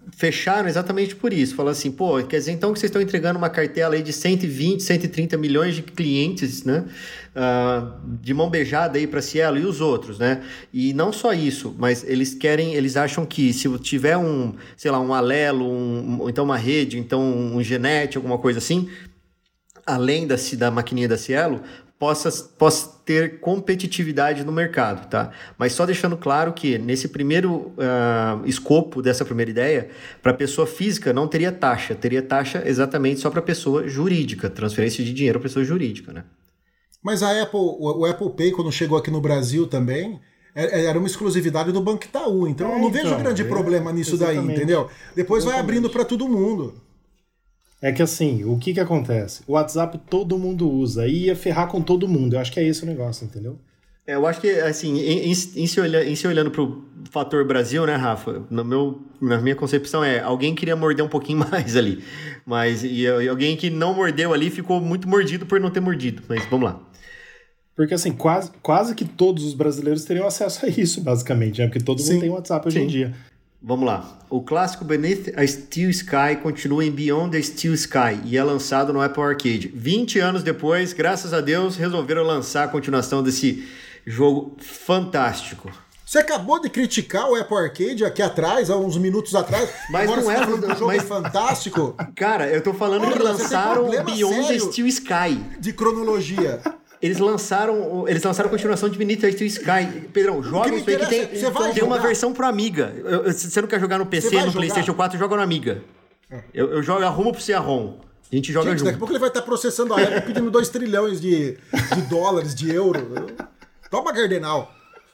fecharam exatamente por isso. Falaram assim, pô, quer dizer então que vocês estão entregando uma cartela aí de cento e vinte, cento e trinta milhões de clientes, né? Uh, de mão beijada aí para Cielo e os outros, né? E não só isso, mas eles querem, eles acham que se tiver um, sei lá, um Alelo, um, então uma rede, então um Genet, alguma coisa assim, além da, da maquininha da Cielo, possa, possa ter competitividade no mercado, tá? Mas só deixando claro que nesse primeiro uh, escopo dessa primeira ideia, para pessoa física não teria taxa, teria taxa exatamente só para pessoa jurídica, transferência de dinheiro para pessoa jurídica, né? Mas a Apple, o Apple Pay, quando chegou aqui no Brasil também, era uma exclusividade do Banco Itaú, então é, eu não vejo então, grande é, problema nisso exatamente. daí, entendeu? Depois Exatamente. vai abrindo para todo mundo. É que assim, o que que acontece? O WhatsApp todo mundo usa e ia ferrar com todo mundo. Eu acho que é esse o negócio, entendeu? É, eu acho que, assim, em, em, em, se olhar, em se olhando pro fator Brasil, né, Rafa? No meu, na minha concepção é, alguém queria morder um pouquinho mais ali. Mas, e, e alguém que não mordeu ali ficou muito mordido por não ter mordido. Mas vamos lá. Porque assim, quase, quase que todos os brasileiros teriam acesso a isso, basicamente, né? Porque todo Sim. mundo tem WhatsApp hoje Sim. em dia. Vamos lá. O clássico Beneath a Steel Sky continua em Beyond the Steel Sky e é lançado no Apple Arcade. vinte anos depois, graças a Deus, resolveram lançar a continuação desse jogo fantástico. Você acabou de criticar o Apple Arcade aqui atrás, há uns minutos atrás. Mas Agora não você é, tá falando que o jogo mas- é fantástico Cara, eu tô falando Olha, que você tem lançaram problema Beyond sério. the Steel Sky. de cronologia. Eles lançaram, eles lançaram a continuação de Beneath the Steel Sky. Pedrão, joga me isso aí que interessa, tem, você vai tem uma jogar? versão pro Amiga. Eu- eu- Você não quer jogar no P Você C, vai no jogar? PlayStation quatro, joga no Amiga. Eu, eu jogo, arrumo pro você a ROM. A gente joga Gente, daqui a junto. pouco ele vai estar processando a Apple pedindo dois trilhões de, de dólares, de euro. Toma, Cardenal.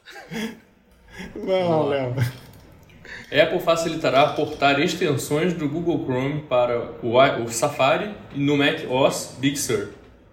Vai lá, Léo. Apple facilitará portar extensões do Google Chrome para o, i- o Safari e no Mac O S Big Sur.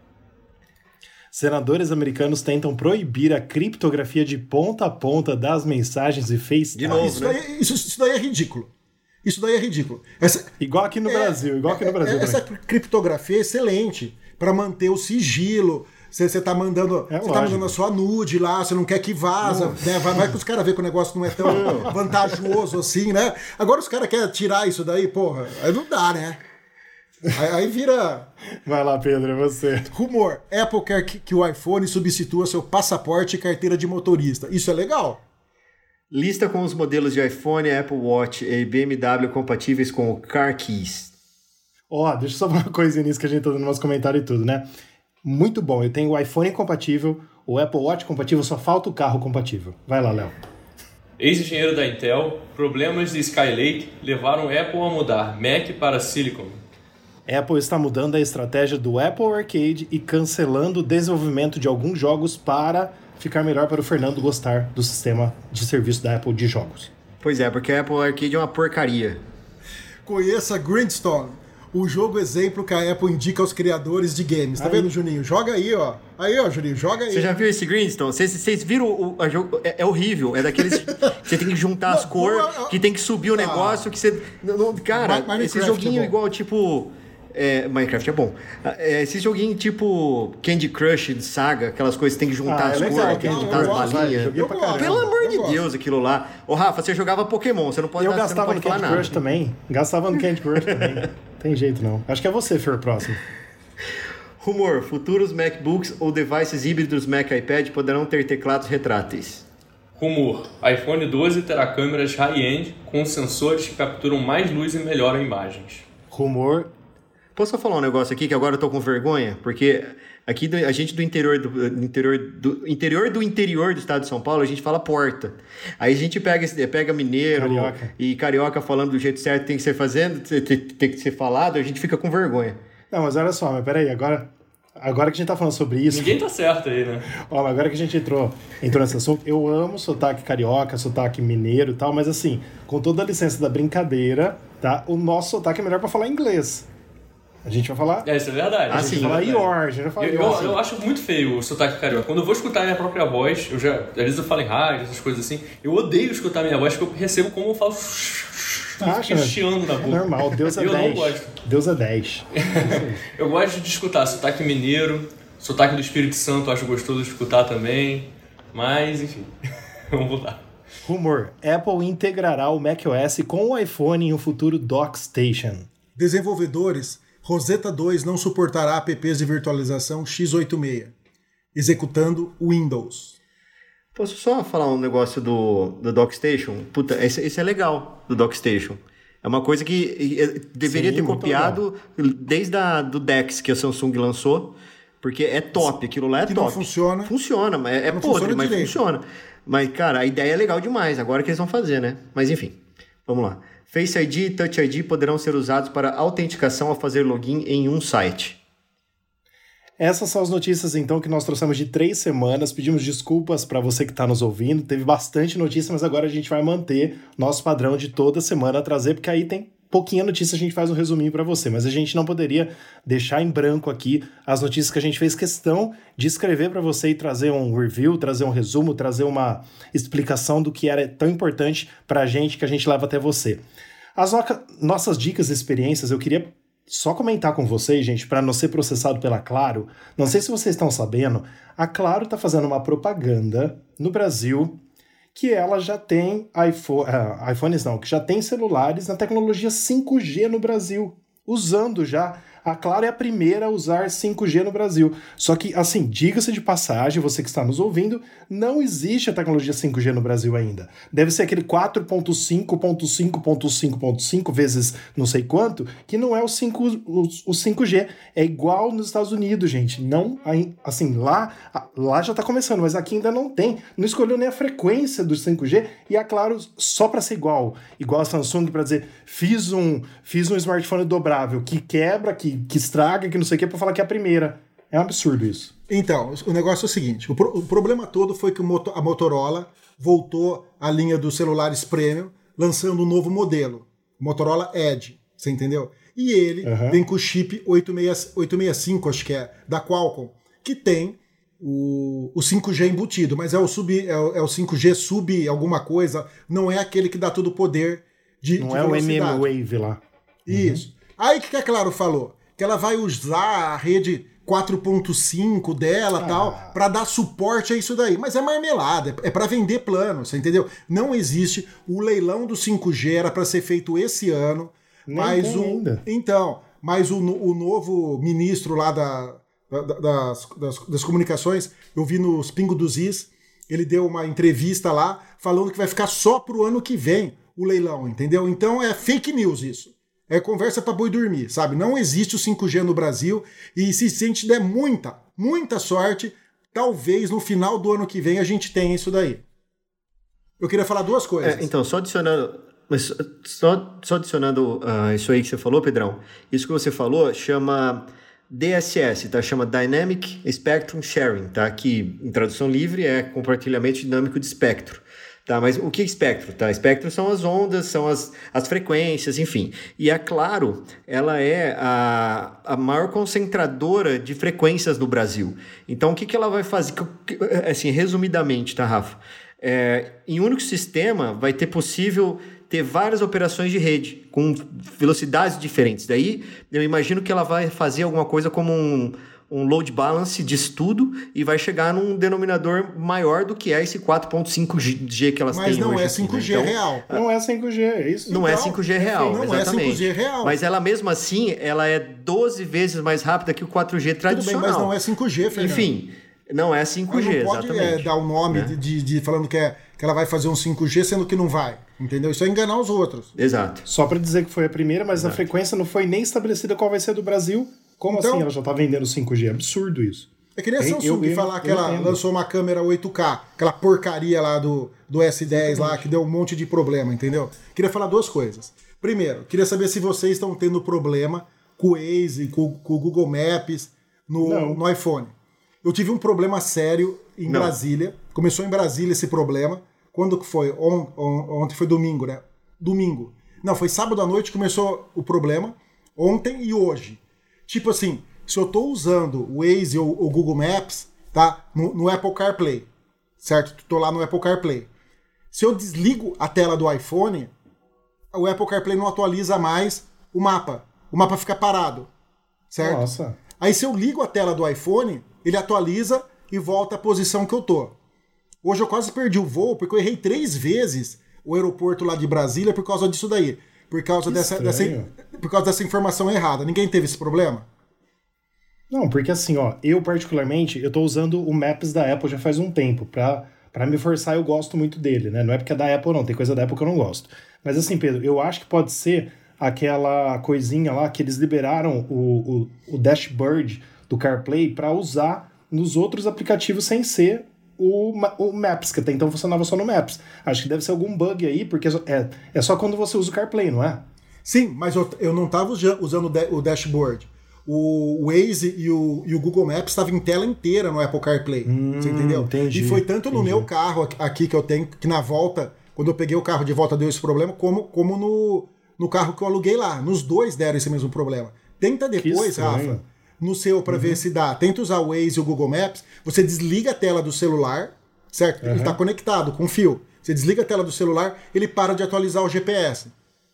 Senadores americanos tentam proibir a criptografia de ponta a ponta das mensagens e FaceTime. De novo, Isso né? daí, isso, isso daí é ridículo. Isso daí é ridículo. Essa, Igual aqui no é, Brasil, igual aqui no Brasil. é, essa também. criptografia é excelente para manter o sigilo. Você está mandando, É você tá lógico. mandando a sua nude lá, você não quer que vaza, né? Vai, vai que os caras veem que o negócio não é tão vantajoso assim, né? Agora os caras querem tirar isso daí, porra, aí não dá, né? Aí, aí vira Vai lá, Pedro, é você. rumor. Apple quer que, que o iPhone substitua seu passaporte e carteira de motorista. Isso é legal. Lista com os modelos de iPhone, Apple Watch e B M W compatíveis com o Car Keys. Ó, deixa eu só falar uma coisinha nisso que a gente tá dando nos comentários e tudo, né? Muito bom, eu tenho o iPhone compatível, o Apple Watch compatível, só falta o carro compatível. Vai lá, Léo. Ex-engenheiro da Intel, problemas de Skylake levaram Apple a mudar Mac para Silicon. Apple está mudando a estratégia do Apple Arcade e cancelando o desenvolvimento de alguns jogos para ficar melhor para o Fernando gostar do sistema de serviço da Apple de jogos. Pois é, porque a Apple Arcade é uma porcaria. Conheça Grindstone, o jogo exemplo que a Apple indica aos criadores de games. Tá Aí. vendo, Juninho? Joga aí, ó. Aí, ó, Juninho, joga aí. Você já viu esse Grindstone? Vocês, vocês viram o, o jogo? É, é horrível. É daqueles que você tem que juntar as Não, cores, não, que tem que subir o negócio, que você... não- não- Cara, Mi- Minecraft esse joguinho é bom. igual, tipo... é, Minecraft é bom. É, esse joguinho tipo Candy Crush, Saga, aquelas coisas que tem que juntar Ah, é as legal, cores, tem que Candy juntar as Crush, vai, balinhas. joguei pra caramba. Pelo amor Eu de gosto. Deus, aquilo lá. Ô, Rafa, você jogava Pokémon, você não pode, Eu dar, você não gastava pode no falar Candy nada. Crush também. Gastava no Candy Crush também. Tem jeito não. Acho que é você, Fer, próximo. Rumor, futuros MacBooks ou devices híbridos Mac e iPad poderão ter teclados retráteis. Rumor, iPhone doze terá câmeras high-end com sensores que capturam mais luz e melhoram imagens. Rumor. Posso só falar um negócio aqui que agora eu tô com vergonha? Porque aqui do- a gente do interior do, do interior do interior do interior do estado de São Paulo, a gente fala porta. Aí a gente pega, esse- pega mineiro Carioca. e carioca falando do jeito certo que tem que ser fazendo, tem, tem- tem que ser falado, a gente fica com vergonha. Não, mas olha só, mas peraí, agora, agora que a gente tá falando sobre isso, Ninguém tá certo aí, né? ó, mas agora que a gente entrou, entrou nesse assunto, eu amo sotaque carioca, sotaque mineiro e tal, mas assim, com toda a licença da brincadeira, tá? O nosso sotaque é melhor pra falar inglês. A gente vai falar... É, isso é verdade. Ah, isso sim. é vai falar verdade. Ior, a gente vai falar Eu, Ior. eu, eu acho muito feio o sotaque carioca. Quando eu vou escutar minha própria voz, eu já, às vezes eu falo em rádio, essas coisas assim, eu odeio escutar minha voz, porque eu recebo como eu falo Acha, né? chiando na É boca. normal, Deus é Eu não dez. gosto. Deus é dez. Eu gosto de escutar sotaque mineiro, sotaque do Espírito Santo, eu acho gostoso de escutar também, mas enfim, vamos voltar. Rumor: Apple integrará o macOS com o iPhone em um futuro DockStation. Desenvolvedores: Rosetta dois não suportará apps de virtualização x oitenta e seis, executando Windows. Posso só falar um negócio do, do DockStation? Puta, esse, esse é legal, do DockStation. É uma coisa que deveria Sim, ter copiado legal. desde a, do Dex que a Samsung lançou, porque é top, aquilo lá é que top. Não funciona. Funciona, mas é, é podre, funciona mas direito. funciona. Mas, cara, a ideia é legal demais, agora que eles vão fazer, né? Mas, enfim, vamos lá. Face I D e Touch I D poderão ser usados para autenticação ao fazer login em um site. Essas são as notícias, então, que nós trouxemos de três semanas. Pedimos desculpas para você que está nos ouvindo. Teve bastante notícia, mas agora a gente vai manter nosso padrão de toda semana trazer, porque aí tem pouquinha notícia, a gente faz um resuminho para você. Mas a gente não poderia deixar em branco aqui as notícias que a gente fez questão de escrever para você e trazer um review, trazer um resumo, trazer uma explicação do que era tão importante para a gente, que a gente leva até você. As no- nossas dicas e experiências, eu queria só comentar com vocês, gente, para não ser processado pela Claro. Não sei se vocês estão sabendo, a Claro está fazendo uma propaganda no Brasil que ela já tem iPhone, uh, iPhones não, que já tem celulares na tecnologia cinco G no Brasil, usando já. A Claro é a primeira a usar cinco G no Brasil. Só que, assim, diga-se de passagem, você que está nos ouvindo, não existe a tecnologia cinco G no Brasil ainda. Deve ser aquele quatro ponto cinco ponto cinco ponto cinco ponto cinco vezes não sei quanto, que não é o, cinco, o, o cinco G. É igual nos Estados Unidos, gente. Não, assim, lá, lá já está começando, mas aqui ainda não tem. Não escolheu nem a frequência do cinco G e a Claro, só para ser igual, igual a Samsung, para dizer, fiz um, fiz um smartphone dobrável que quebra, que que estraga, que não sei o que, pra falar que é a primeira. É um absurdo isso. Então, o negócio é o seguinte, o, pro, o problema todo foi que o Moto, a Motorola voltou à linha dos celulares premium, lançando um novo modelo, o Motorola Edge, você entendeu? E ele uhum. vem com o chip oitocentos e sessenta e cinco, acho que é, da Qualcomm, que tem o, o cinco G embutido, mas é o, sub, é, o, é o cinco G sub alguma coisa, não é aquele que dá todo o poder de Não de é velocidade. o M-Wave lá. Isso. Uhum. Aí o que a Claro falou? Que ela vai usar a rede quatro ponto cinco dela e ah. tal, para dar suporte a isso daí. Mas é marmelada, é para vender plano, você entendeu? Não existe. O leilão do cinco G era para ser feito esse ano, Nem mas o ainda. então, mas o, o novo ministro lá da, da, das, das, das comunicações, eu vi nos Pingo dos Is, ele deu uma entrevista lá falando que vai ficar só pro ano que vem o leilão, entendeu? Então é fake news isso. É conversa para boi dormir, sabe? Não existe o cinco G no Brasil e se a gente der muita, muita sorte, talvez no final do ano que vem a gente tenha isso daí. Eu queria falar duas coisas. É, então, só adicionando, mas só, só adicionando uh, isso aí que você falou, Pedrão, isso que você falou chama D S S, tá? Chama Dynamic Spectrum Sharing, tá? Que em tradução livre é compartilhamento dinâmico de espectro. Tá, mas o que é espectro? Tá? Espectro são as ondas, são as, as frequências, enfim. E a Claro, ela é a, a maior concentradora de frequências no Brasil. Então, o que, que ela vai fazer? Assim, resumidamente, tá, Rafa? É, em um único sistema, vai ter possível ter várias operações de rede com velocidades diferentes. Daí, eu imagino que ela vai fazer alguma coisa como um... um load balance de estudo e vai chegar num denominador maior do que é esse quatro ponto cinco G que elas Mas têm hoje. Mas não é cinco G aqui, né? real. Então, não é cinco G, é isso. Não então, é cinco G real, não exatamente. é cinco G real. Mas ela mesmo assim, ela é doze vezes mais rápida que o quatro G tradicional. Tudo bem, mas não é cinco G, Fernando. Enfim, não é cinco G, não pode exatamente. É, dar o nome né? de, de, de falando que, é, que ela vai fazer um cinco G, sendo que não vai. Entendeu? Isso é enganar os outros. Exato. Só para dizer que foi a primeira, mas Exato. A frequência não foi nem estabelecida qual vai ser do Brasil. Como então, assim ela já está vendendo cinco G? Absurdo isso. É que nem a Samsung eu, falar eu, que eu ela entendo. lançou uma câmera oito K, aquela porcaria lá do, do S dez lá, que deu um monte de problema, entendeu? Queria falar duas coisas. Primeiro, queria saber se vocês estão tendo problema com o Waze, com, com o Google Maps no, no iPhone. Eu tive um problema sério em Não. Brasília. Começou em Brasília esse problema. Quando que foi? On, on, ontem foi domingo, né? Domingo. Não, foi sábado à noite que começou o problema. Ontem e hoje. Tipo assim... Se eu estou usando o Waze ou o Google Maps, tá? No, no Apple CarPlay, certo? Estou lá no Apple CarPlay. Se eu desligo a tela do iPhone, o Apple CarPlay não atualiza mais o mapa. O mapa fica parado, certo? Nossa. Aí se eu ligo a tela do iPhone, ele atualiza e volta à posição que eu tô. Hoje eu quase perdi o voo porque eu errei três vezes o aeroporto lá de Brasília por causa disso daí. Por causa, dessa, dessa, por causa dessa informação errada. Ninguém teve esse problema? Não, porque assim, ó, eu particularmente, eu tô usando o Maps da Apple já faz um tempo. Pra, pra me forçar, eu gosto muito dele, né? Não é porque é da Apple, não. Tem coisa da Apple que eu não gosto. Mas assim, Pedro, eu acho que pode ser aquela coisinha lá que eles liberaram o, o, o dashboard do CarPlay pra usar nos outros aplicativos sem ser o, o Maps, que até então funcionava só no Maps. Acho que deve ser algum bug aí, porque é, é só quando você usa o CarPlay, não é? Sim, mas eu, eu não estava usando o dashboard. O Waze e o, e o Google Maps estavam em tela inteira no Apple CarPlay. Hum, você entendeu? Entendi, e foi tanto entendi. no meu carro aqui que eu tenho, que na volta, quando eu peguei o carro de volta deu esse problema, como, como no, no carro que eu aluguei lá. Nos dois deram esse mesmo problema. Tenta depois, Rafa, no seu para uhum. ver se dá. Tenta usar o Waze e o Google Maps, você desliga a tela do celular, certo? Uhum. Ele está conectado com fio. Você desliga a tela do celular, ele para de atualizar o G P S.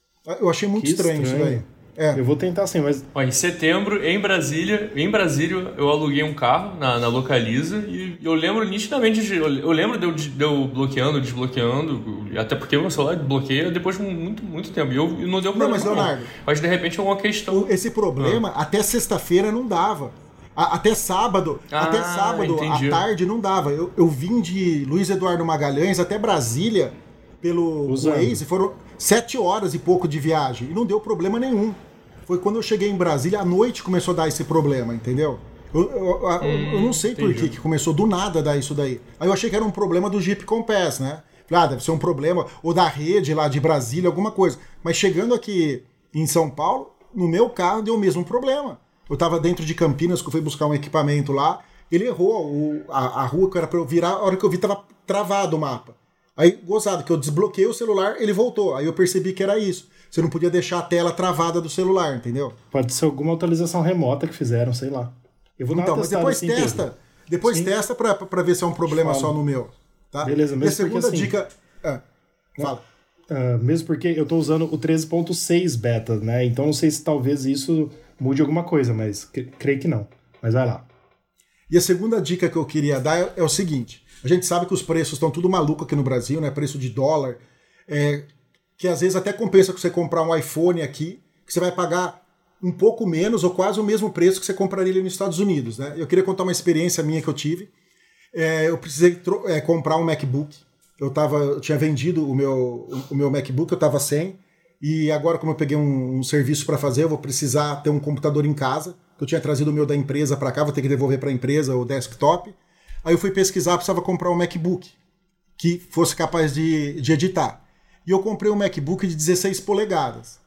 Eu achei muito estranho, estranho isso daí. É. Eu vou tentar sim, mas... Ó, em setembro, em Brasília, em Brasília, eu aluguei um carro na, na Localiza e eu lembro nitidamente, de, eu lembro de eu, de eu bloqueando, desbloqueando, até porque o meu celular bloqueia depois de muito, muito tempo. E eu, eu não deu problema. Não, mas Leonardo... Não. Mas de repente é uma questão... Esse problema, ah. até sexta-feira não dava. A, até sábado, ah, até sábado entendi. à tarde não dava. Eu, eu vim de Luiz Eduardo Magalhães até Brasília pelo Waze, foram sete horas e pouco de viagem e não deu problema nenhum. Foi quando eu cheguei em Brasília, à noite começou a dar esse problema, entendeu? Eu, eu, eu, hum, eu não sei por que que começou do nada a dar isso daí. Aí eu achei que era um problema do Jeep Compass, né? Falei, ah, deve ser um problema, ou da rede lá de Brasília, alguma coisa. Mas chegando aqui em São Paulo, no meu carro deu o mesmo problema. Eu tava dentro de Campinas, que eu fui buscar um equipamento lá, ele errou o, a, a rua que era pra eu virar, a hora que eu vi tava travado o mapa. Aí, gozado, que eu desbloqueei o celular, ele voltou. Aí eu percebi que era isso. Você não podia deixar a tela travada do celular, entendeu? Pode ser alguma atualização remota que fizeram, sei lá. Eu vou dar então, uma mas depois assim, testa. Pedro. Depois Sim. testa pra, pra ver se é um problema só no meu. Tá? Beleza, mesmo e a segunda porque, assim, dica... Ah, fala. Uh, mesmo porque eu tô usando o treze ponto seis beta, né? Então não sei se talvez isso mude alguma coisa, mas cre- creio que não. Mas vai lá. E a segunda dica que eu queria dar é, é o seguinte. A gente sabe que os preços estão tudo maluco aqui no Brasil, né? Preço de dólar. É, que às vezes até compensa que você comprar um iPhone aqui, que você vai pagar um pouco menos ou quase o mesmo preço que você compraria ali nos Estados Unidos, né? Eu queria contar uma experiência minha que eu tive. É, eu precisei tro- é, comprar um MacBook. Eu, tava, eu tinha vendido o meu, o meu MacBook, eu estava sem. E agora, como eu peguei um, um serviço para fazer, eu vou precisar ter um computador em casa. Eu tinha trazido o meu da empresa para cá, vou ter que devolver para a empresa o desktop. Aí eu fui pesquisar, precisava comprar um MacBook que fosse capaz de, de editar. E eu comprei um MacBook de dezesseis polegadas.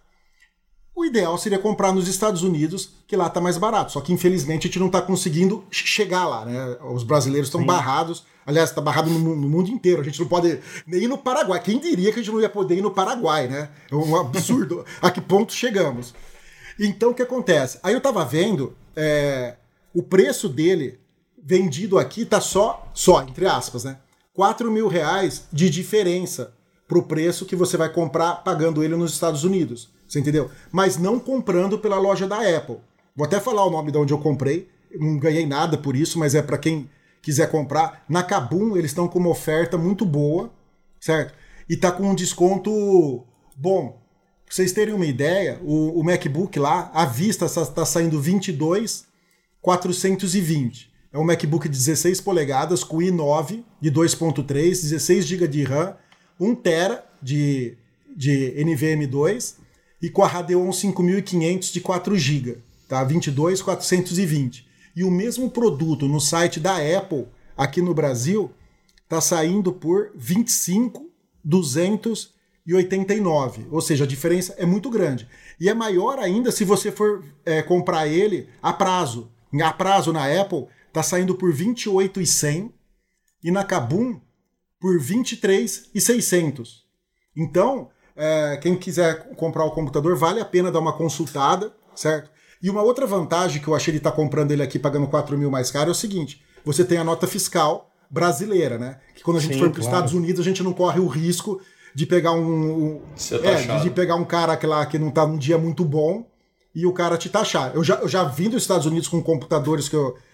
O ideal seria comprar nos Estados Unidos, que lá está mais barato. Só que, infelizmente, a gente não está conseguindo chegar lá, né? Os brasileiros estão barrados. Aliás, está barrado no, no mundo inteiro. A gente não pode nem ir no Paraguai. Quem diria que a gente não ia poder ir no Paraguai, né? É um absurdo. A que ponto chegamos? Então, o que acontece? Aí eu estava vendo, é, o preço dele vendido aqui está só, só, entre aspas, né? quatro mil reais de diferença para o preço que você vai comprar pagando ele nos Estados Unidos. Você entendeu? Mas não comprando pela loja da Apple. Vou até falar o nome de onde eu comprei. Não ganhei nada por isso, mas é para quem quiser comprar. Na Kabum, eles estão com uma oferta muito boa, certo? E tá com um desconto bom. Pra vocês terem uma ideia, o, o MacBook lá, à vista, está saindo vinte e dois mil quatrocentos e vinte. É um MacBook de dezesseis polegadas com i nove de dois ponto três, dezesseis gigabytes de RAM, um tera de, de N V M e dois e com a Radeon cinco mil e quinhentos de quatro gigabytes, tá? vinte e dois mil quatrocentos e vinte. E o mesmo produto no site da Apple, aqui no Brasil, está saindo por vinte e cinco mil duzentos e oitenta e nove. Ou seja, a diferença é muito grande. E é maior ainda se você for é, comprar ele a prazo. A prazo na Apple está saindo por vinte e oito mil e cem e na Kabum por vinte e três mil e seiscentos. Então, é, quem quiser comprar o computador, vale a pena dar uma consultada, certo? E uma outra vantagem que eu achei de estar comprando ele aqui pagando quatro mil mais caro é o seguinte, você tem a nota fiscal brasileira, né? Que quando a gente Sim, for para os claro. Estados Unidos, a gente não corre o risco de pegar um, um é, de pegar um cara que lá que não está num dia muito bom e o cara te taxar. Eu já, eu já vim dos Estados Unidos com computadores que eu,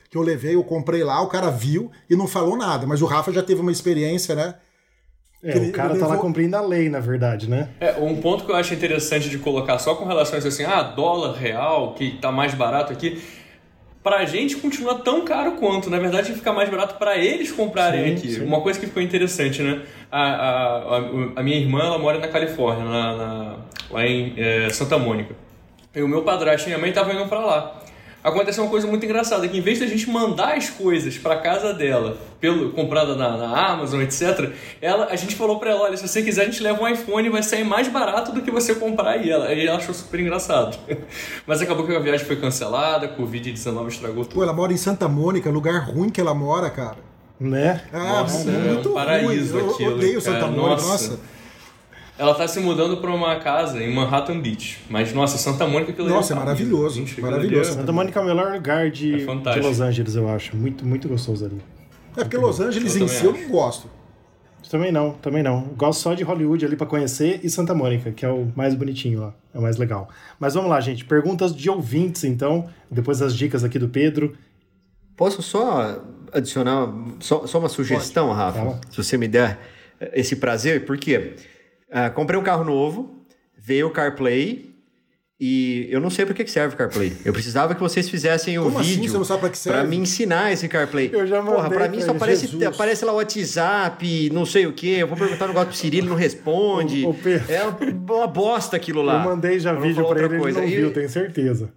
que eu levei, eu comprei lá, o cara viu e não falou nada. Mas o Rafa já teve uma experiência, né? É, ele, o cara ele tá levou... lá cumprindo a lei, na verdade, né? É, um ponto que eu acho interessante de colocar só com relação a isso assim, ah, dólar real, que tá mais barato aqui, pra gente continua tão caro quanto, na verdade fica mais barato pra eles comprarem sim, aqui. Sim. Uma coisa que ficou interessante, né? A, a, a, a minha irmã, ela mora na Califórnia, na, na, lá em é, Santa Mônica. E o meu padrasto e minha mãe estavam indo pra lá. Aconteceu uma coisa muito engraçada, que em vez de a gente mandar as coisas para casa dela, pelo, comprada na, na Amazon, etcétera, ela, a gente falou para ela, olha, se você quiser a gente leva um iPhone e vai sair mais barato do que você comprar aí. Ela, e ela achou super engraçado. Mas acabou que a viagem foi cancelada, a covid dezenove estragou tudo. Pô, ela mora em Santa Mônica, lugar ruim que ela mora, cara. Né? Ah, nossa, muito é um paraíso ruim. aquilo. Eu odeio cara. Santa Mônica, nossa. nossa. Ela tá se mudando pra uma casa em Manhattan Beach. Mas, nossa, Santa Mônica... Que nossa, é maravilhoso. Gente, maravilhoso. Santa Mônica é o melhor lugar de, é de Los Angeles, eu acho. Muito, muito gostoso ali. É porque Los Angeles eu em si eu não gosto. Também não, também não. Eu gosto só de Hollywood ali pra conhecer e Santa Mônica, que é o mais bonitinho lá. É o mais legal. Mas vamos lá, gente. Perguntas de ouvintes, então. Depois das dicas aqui do Pedro. Posso só adicionar só, só uma sugestão, Pode. Rafa? Tá. Se você me der esse prazer. Por quê? Uh, comprei um carro novo, veio o CarPlay e eu não sei para que serve o CarPlay. Eu precisava que vocês fizessem um Como vídeo assim? Você não sabe pra que serve? Pra me ensinar esse CarPlay. Eu já mandei. Porra, pra mim só aparece, aparece lá o WhatsApp, não sei o quê. Eu vou perguntar um negócio pro Cirilo, ele não responde. Ô, ô, Pedro, é uma bosta aquilo lá. Eu mandei já eu vídeo pra ele, coisa. ele não viu, e... tenho certeza.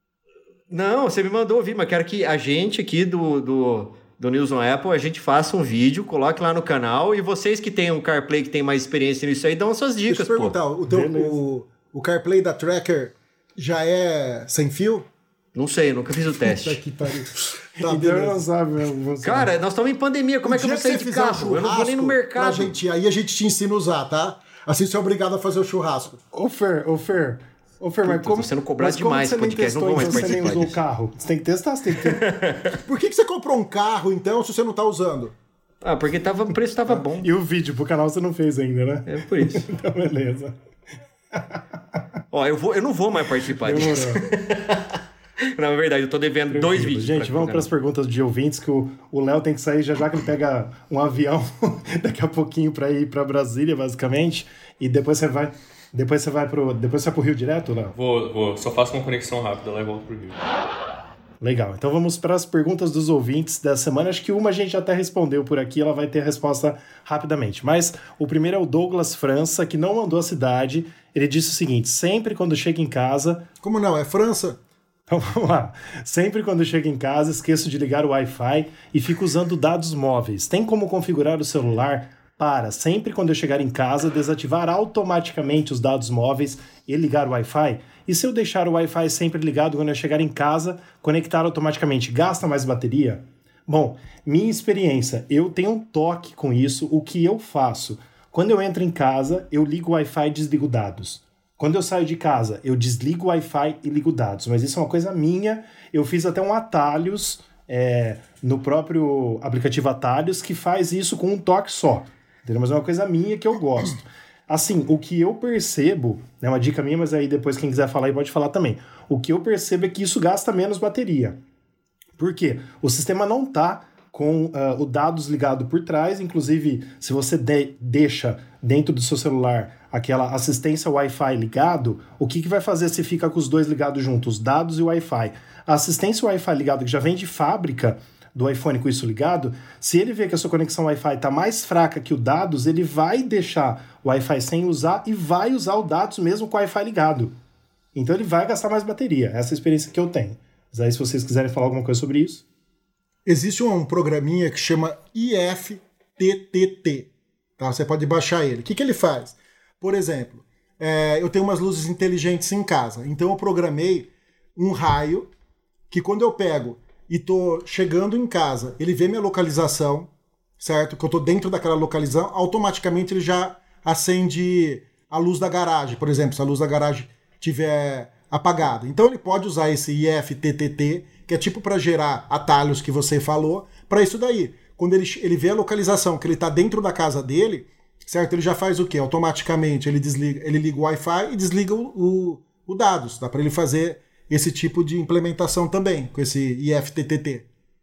Não, você me mandou ouvir, mas quero que a gente aqui do... do... do News on Apple, a gente faça um vídeo, coloque lá no canal e vocês que têm um CarPlay, que tem mais experiência nisso aí, dão suas dicas, Deixa eu perguntar, pô. O, teu, o, o CarPlay da Tracker já é sem fio? Não sei, eu nunca fiz o teste. que pariu. Tá, então não sabe mesmo. Cara, nós estamos em pandemia, como o é que eu vou sair de carro? Um eu não vou nem no mercado. Gente, aí a gente te ensina a usar, tá? Assim você é obrigado a fazer o churrasco. Ô Fer, ô Fer, Ô, Fer, mas como, você não cobrar mas demais como você podcast, testou, não vou mais então participar você nem usou disso. o carro? Você tem que testar, você tem que ter... Por que, que você comprou um carro, então, se você não tá usando? Ah, porque tava, o preço tava bom. E o vídeo pro canal você não fez ainda, né? É por isso. Então, beleza. Ó, eu, vou, eu não vou mais participar Demorou. disso. Na verdade, eu tô devendo Tranquilo. dois vídeos. Gente, vamos para as perguntas de ouvintes, que o Léo tem que sair já já que ele pega um avião daqui a pouquinho para ir para Brasília, basicamente. E depois você vai... Depois você vai pro, depois você vai pro Rio direto, Léo? Vou, vou. Só faço uma conexão rápida lá e volto pro Rio. Legal. Então vamos para as perguntas dos ouvintes da semana. Acho que uma a gente até respondeu por aqui, ela vai ter a resposta rapidamente. Mas o primeiro é o Douglas França, que não mandou a cidade. Ele disse o seguinte: sempre quando chega em casa... Como não? É França? Então vamos lá. Sempre quando chego em casa, esqueço de ligar o Wi-Fi e fico usando dados móveis. Tem como configurar o celular para, sempre quando eu chegar em casa, desativar automaticamente os dados móveis e ligar o Wi-Fi? E se eu deixar o Wi-Fi sempre ligado quando eu chegar em casa, conectar automaticamente, gasta mais bateria? Bom, minha experiência, eu tenho um toque com isso. O que eu faço? Quando eu entro em casa, eu ligo o Wi-Fi e desligo dados. Quando eu saio de casa, eu desligo o Wi-Fi e ligo dados. Mas isso é uma coisa minha. Eu fiz até um atalhos é, no próprio aplicativo Atalhos que faz isso com um toque só. Entendeu? Mas é uma coisa minha que eu gosto. Assim, o que eu percebo, é né, uma dica minha, mas aí depois quem quiser falar aí pode falar também. O que eu percebo é que isso gasta menos bateria. Por quê? O sistema não está com uh, o dados ligado por trás. Inclusive, se você de- deixa dentro do seu celular aquela assistência Wi-Fi ligado, o que, que vai fazer se fica com os dois ligados juntos, os dados e o Wi-Fi? A assistência Wi-Fi ligado, que já vem de fábrica do iPhone com isso ligado, se ele vê que a sua conexão Wi-Fi está mais fraca que o dados, ele vai deixar o Wi-Fi sem usar e vai usar o dados mesmo com o Wi-Fi ligado. Então ele vai gastar mais bateria. Essa é a experiência que eu tenho. Mas aí se vocês quiserem falar alguma coisa sobre isso... Existe um programinha que chama I F T T T. Tá? Você pode baixar ele. O que, que ele faz? Por exemplo, é, eu tenho umas luzes inteligentes em casa. Então eu programei um raio que quando eu pego e tô chegando em casa, ele vê minha localização, certo? Que eu tô dentro daquela localização, automaticamente ele já acende a luz da garagem, por exemplo, se a luz da garagem estiver apagada. Então ele pode usar esse I F T T T, que é tipo para gerar atalhos que você falou, para isso daí. Quando ele, ele vê a localização, que ele tá dentro da casa dele, certo? Ele já faz o quê? Automaticamente ele, desliga, ele liga o Wi-Fi e desliga o, o, o dados. Dá para ele fazer esse tipo de implementação também, com esse I F T T T.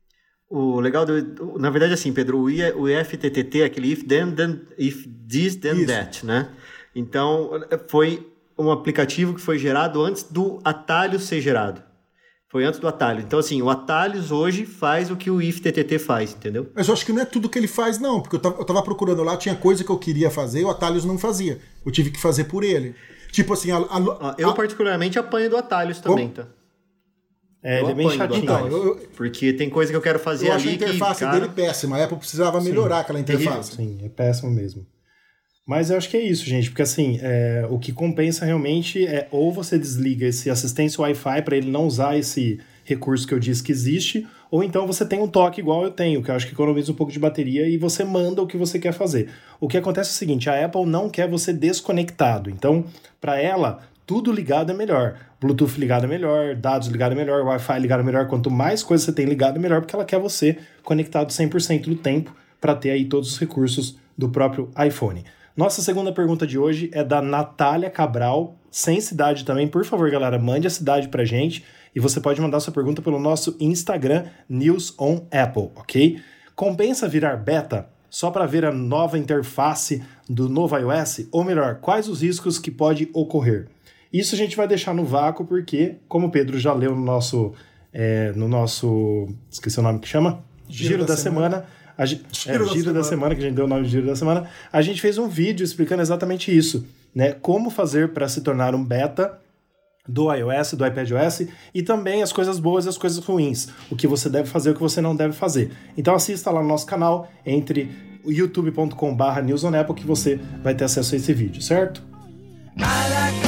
O legal, do, na verdade, assim, Pedro, o, I, o F T T T é aquele if then, then if this, then Isso. that, né? Então, foi um aplicativo que foi gerado antes do atalho ser gerado. Foi antes do atalho. Então, assim, o Atalhos hoje faz o que o if T T T faz, entendeu? Mas eu acho que não é tudo que ele faz, não. Porque eu tava, eu tava procurando lá, tinha coisa que eu queria fazer e o Atalhos não fazia. Eu tive que fazer por ele. Tipo assim... A, a, eu a... particularmente apanho do Atalhos também, tá? É, eu ele é bem chatinho. Então, eu, eu, porque tem coisa que eu quero fazer eu ali que... Eu acho a interface que, cara... dele péssima. A Apple precisava melhorar Sim, aquela interface. Sim, é péssimo mesmo. Mas eu acho que é isso, gente, porque assim, é, o que compensa realmente é ou você desliga esse assistência Wi-Fi para ele não usar esse recurso que eu disse que existe, ou então você tem um toque igual eu tenho, que eu acho que economiza um pouco de bateria e você manda o que você quer fazer. O que acontece é o seguinte, a Apple não quer você desconectado, então para ela tudo ligado é melhor. Bluetooth ligado é melhor, dados ligado é melhor, Wi-Fi ligado é melhor, quanto mais coisa você tem ligado é melhor, porque ela quer você conectado cem por cento do tempo para ter aí todos os recursos do próprio iPhone. Nossa segunda pergunta de hoje é da Natália Cabral, sem cidade também. Por favor, galera, mande a cidade pra gente e você pode mandar sua pergunta pelo nosso Instagram, News on Apple, ok? Compensa virar beta só para ver a nova interface do novo iOS? Ou melhor, quais os riscos que pode ocorrer? Isso a gente vai deixar no vácuo porque, como o Pedro já leu no nosso, é, no nosso esqueci o nome que chama? Giro, Giro da, da Semana, semana A gente, Giro, é, da, Giro semana. da Semana, que a gente deu o nome de Giro da Semana, a gente fez um vídeo explicando exatamente isso, né? Como fazer para se tornar um beta do iOS, do iPadOS, e também as coisas boas e as coisas ruins, o que você deve fazer e o que você não deve fazer. Então assista lá no nosso canal, entre youtube ponto com barra news on apple, que você vai ter acesso a esse vídeo, certo? I like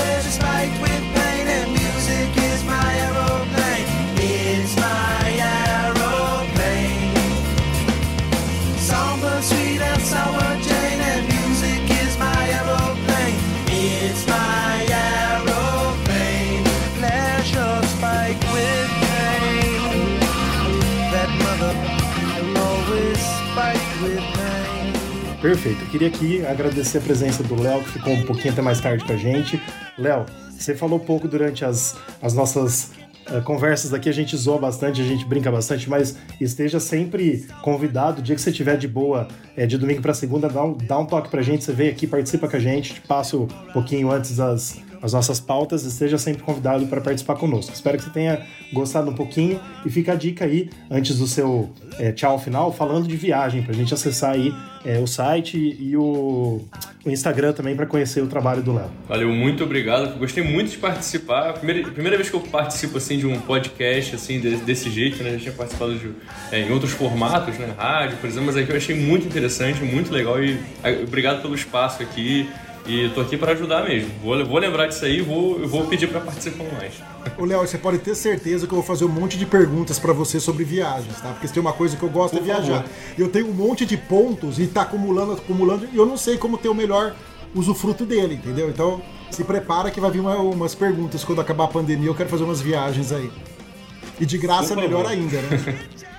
Perfeito. Eu queria aqui agradecer a presença do Léo, que ficou um pouquinho até mais tarde com a gente. Léo, você falou pouco durante as, as nossas uh, conversas aqui, a gente zoa bastante, a gente brinca bastante, mas esteja sempre convidado, o dia que você estiver de boa, é, de domingo para segunda, dá um, dá um toque pra gente, você vem aqui, participa com a gente, te passo um pouquinho antes as, as nossas pautas, esteja sempre convidado para participar conosco. Espero que você tenha gostado um pouquinho e fica a dica aí, antes do seu é, tchau final, falando de viagem, pra gente acessar aí É, o site e o, o Instagram também para conhecer o trabalho do Léo. Valeu, muito obrigado. Gostei muito de participar. Primeira, primeira vez que eu participo assim, de um podcast assim, desse, desse jeito, né? Já tinha participado de, é, em outros formatos, né? Rádio, por exemplo, mas aqui eu achei muito interessante, muito legal e obrigado pelo espaço aqui. E tô aqui para ajudar mesmo. Vou, vou lembrar disso aí e vou, vou pedir para participar mais. Ô, Léo, você pode ter certeza que eu vou fazer um monte de perguntas para você sobre viagens, tá? Porque se tem uma coisa que eu gosto Por é viajar. Favor. Eu tenho um monte de pontos e tá acumulando, acumulando, e eu não sei como ter o melhor usufruto dele, entendeu? Então, se prepara que vai vir uma, umas perguntas quando acabar a pandemia. Eu quero fazer umas viagens aí. E de graça é melhor ainda, né?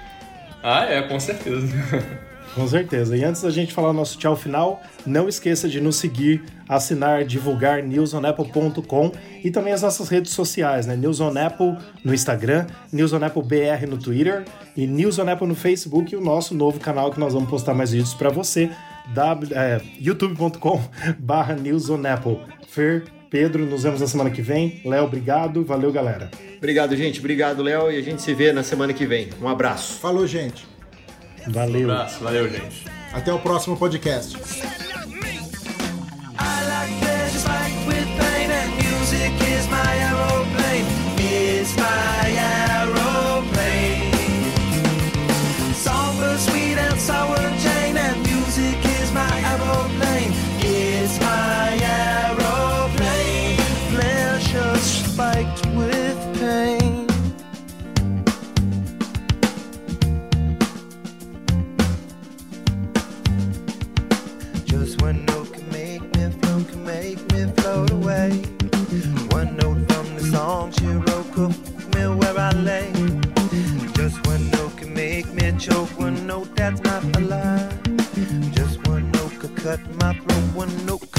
Ah, é, com certeza. Com certeza. E antes da gente falar o nosso tchau final, não esqueça de nos seguir, assinar, divulgar news on apple ponto com e também as nossas redes sociais, né? News on Apple no Instagram, News on Apple B R no Twitter e News on Apple no Facebook e o nosso novo canal que nós vamos postar mais vídeos para você, é, youtube ponto com barra news on apple. Fer, Pedro, nos vemos na semana que vem. Léo, obrigado. Valeu, galera. Obrigado, gente. Obrigado, Léo. E a gente se vê na semana que vem. Um abraço. Falou, gente. Valeu. Um abraço, valeu, gente. Até o próximo podcast. Choke one note, that's not a lie. Just one note could cut my throat. One note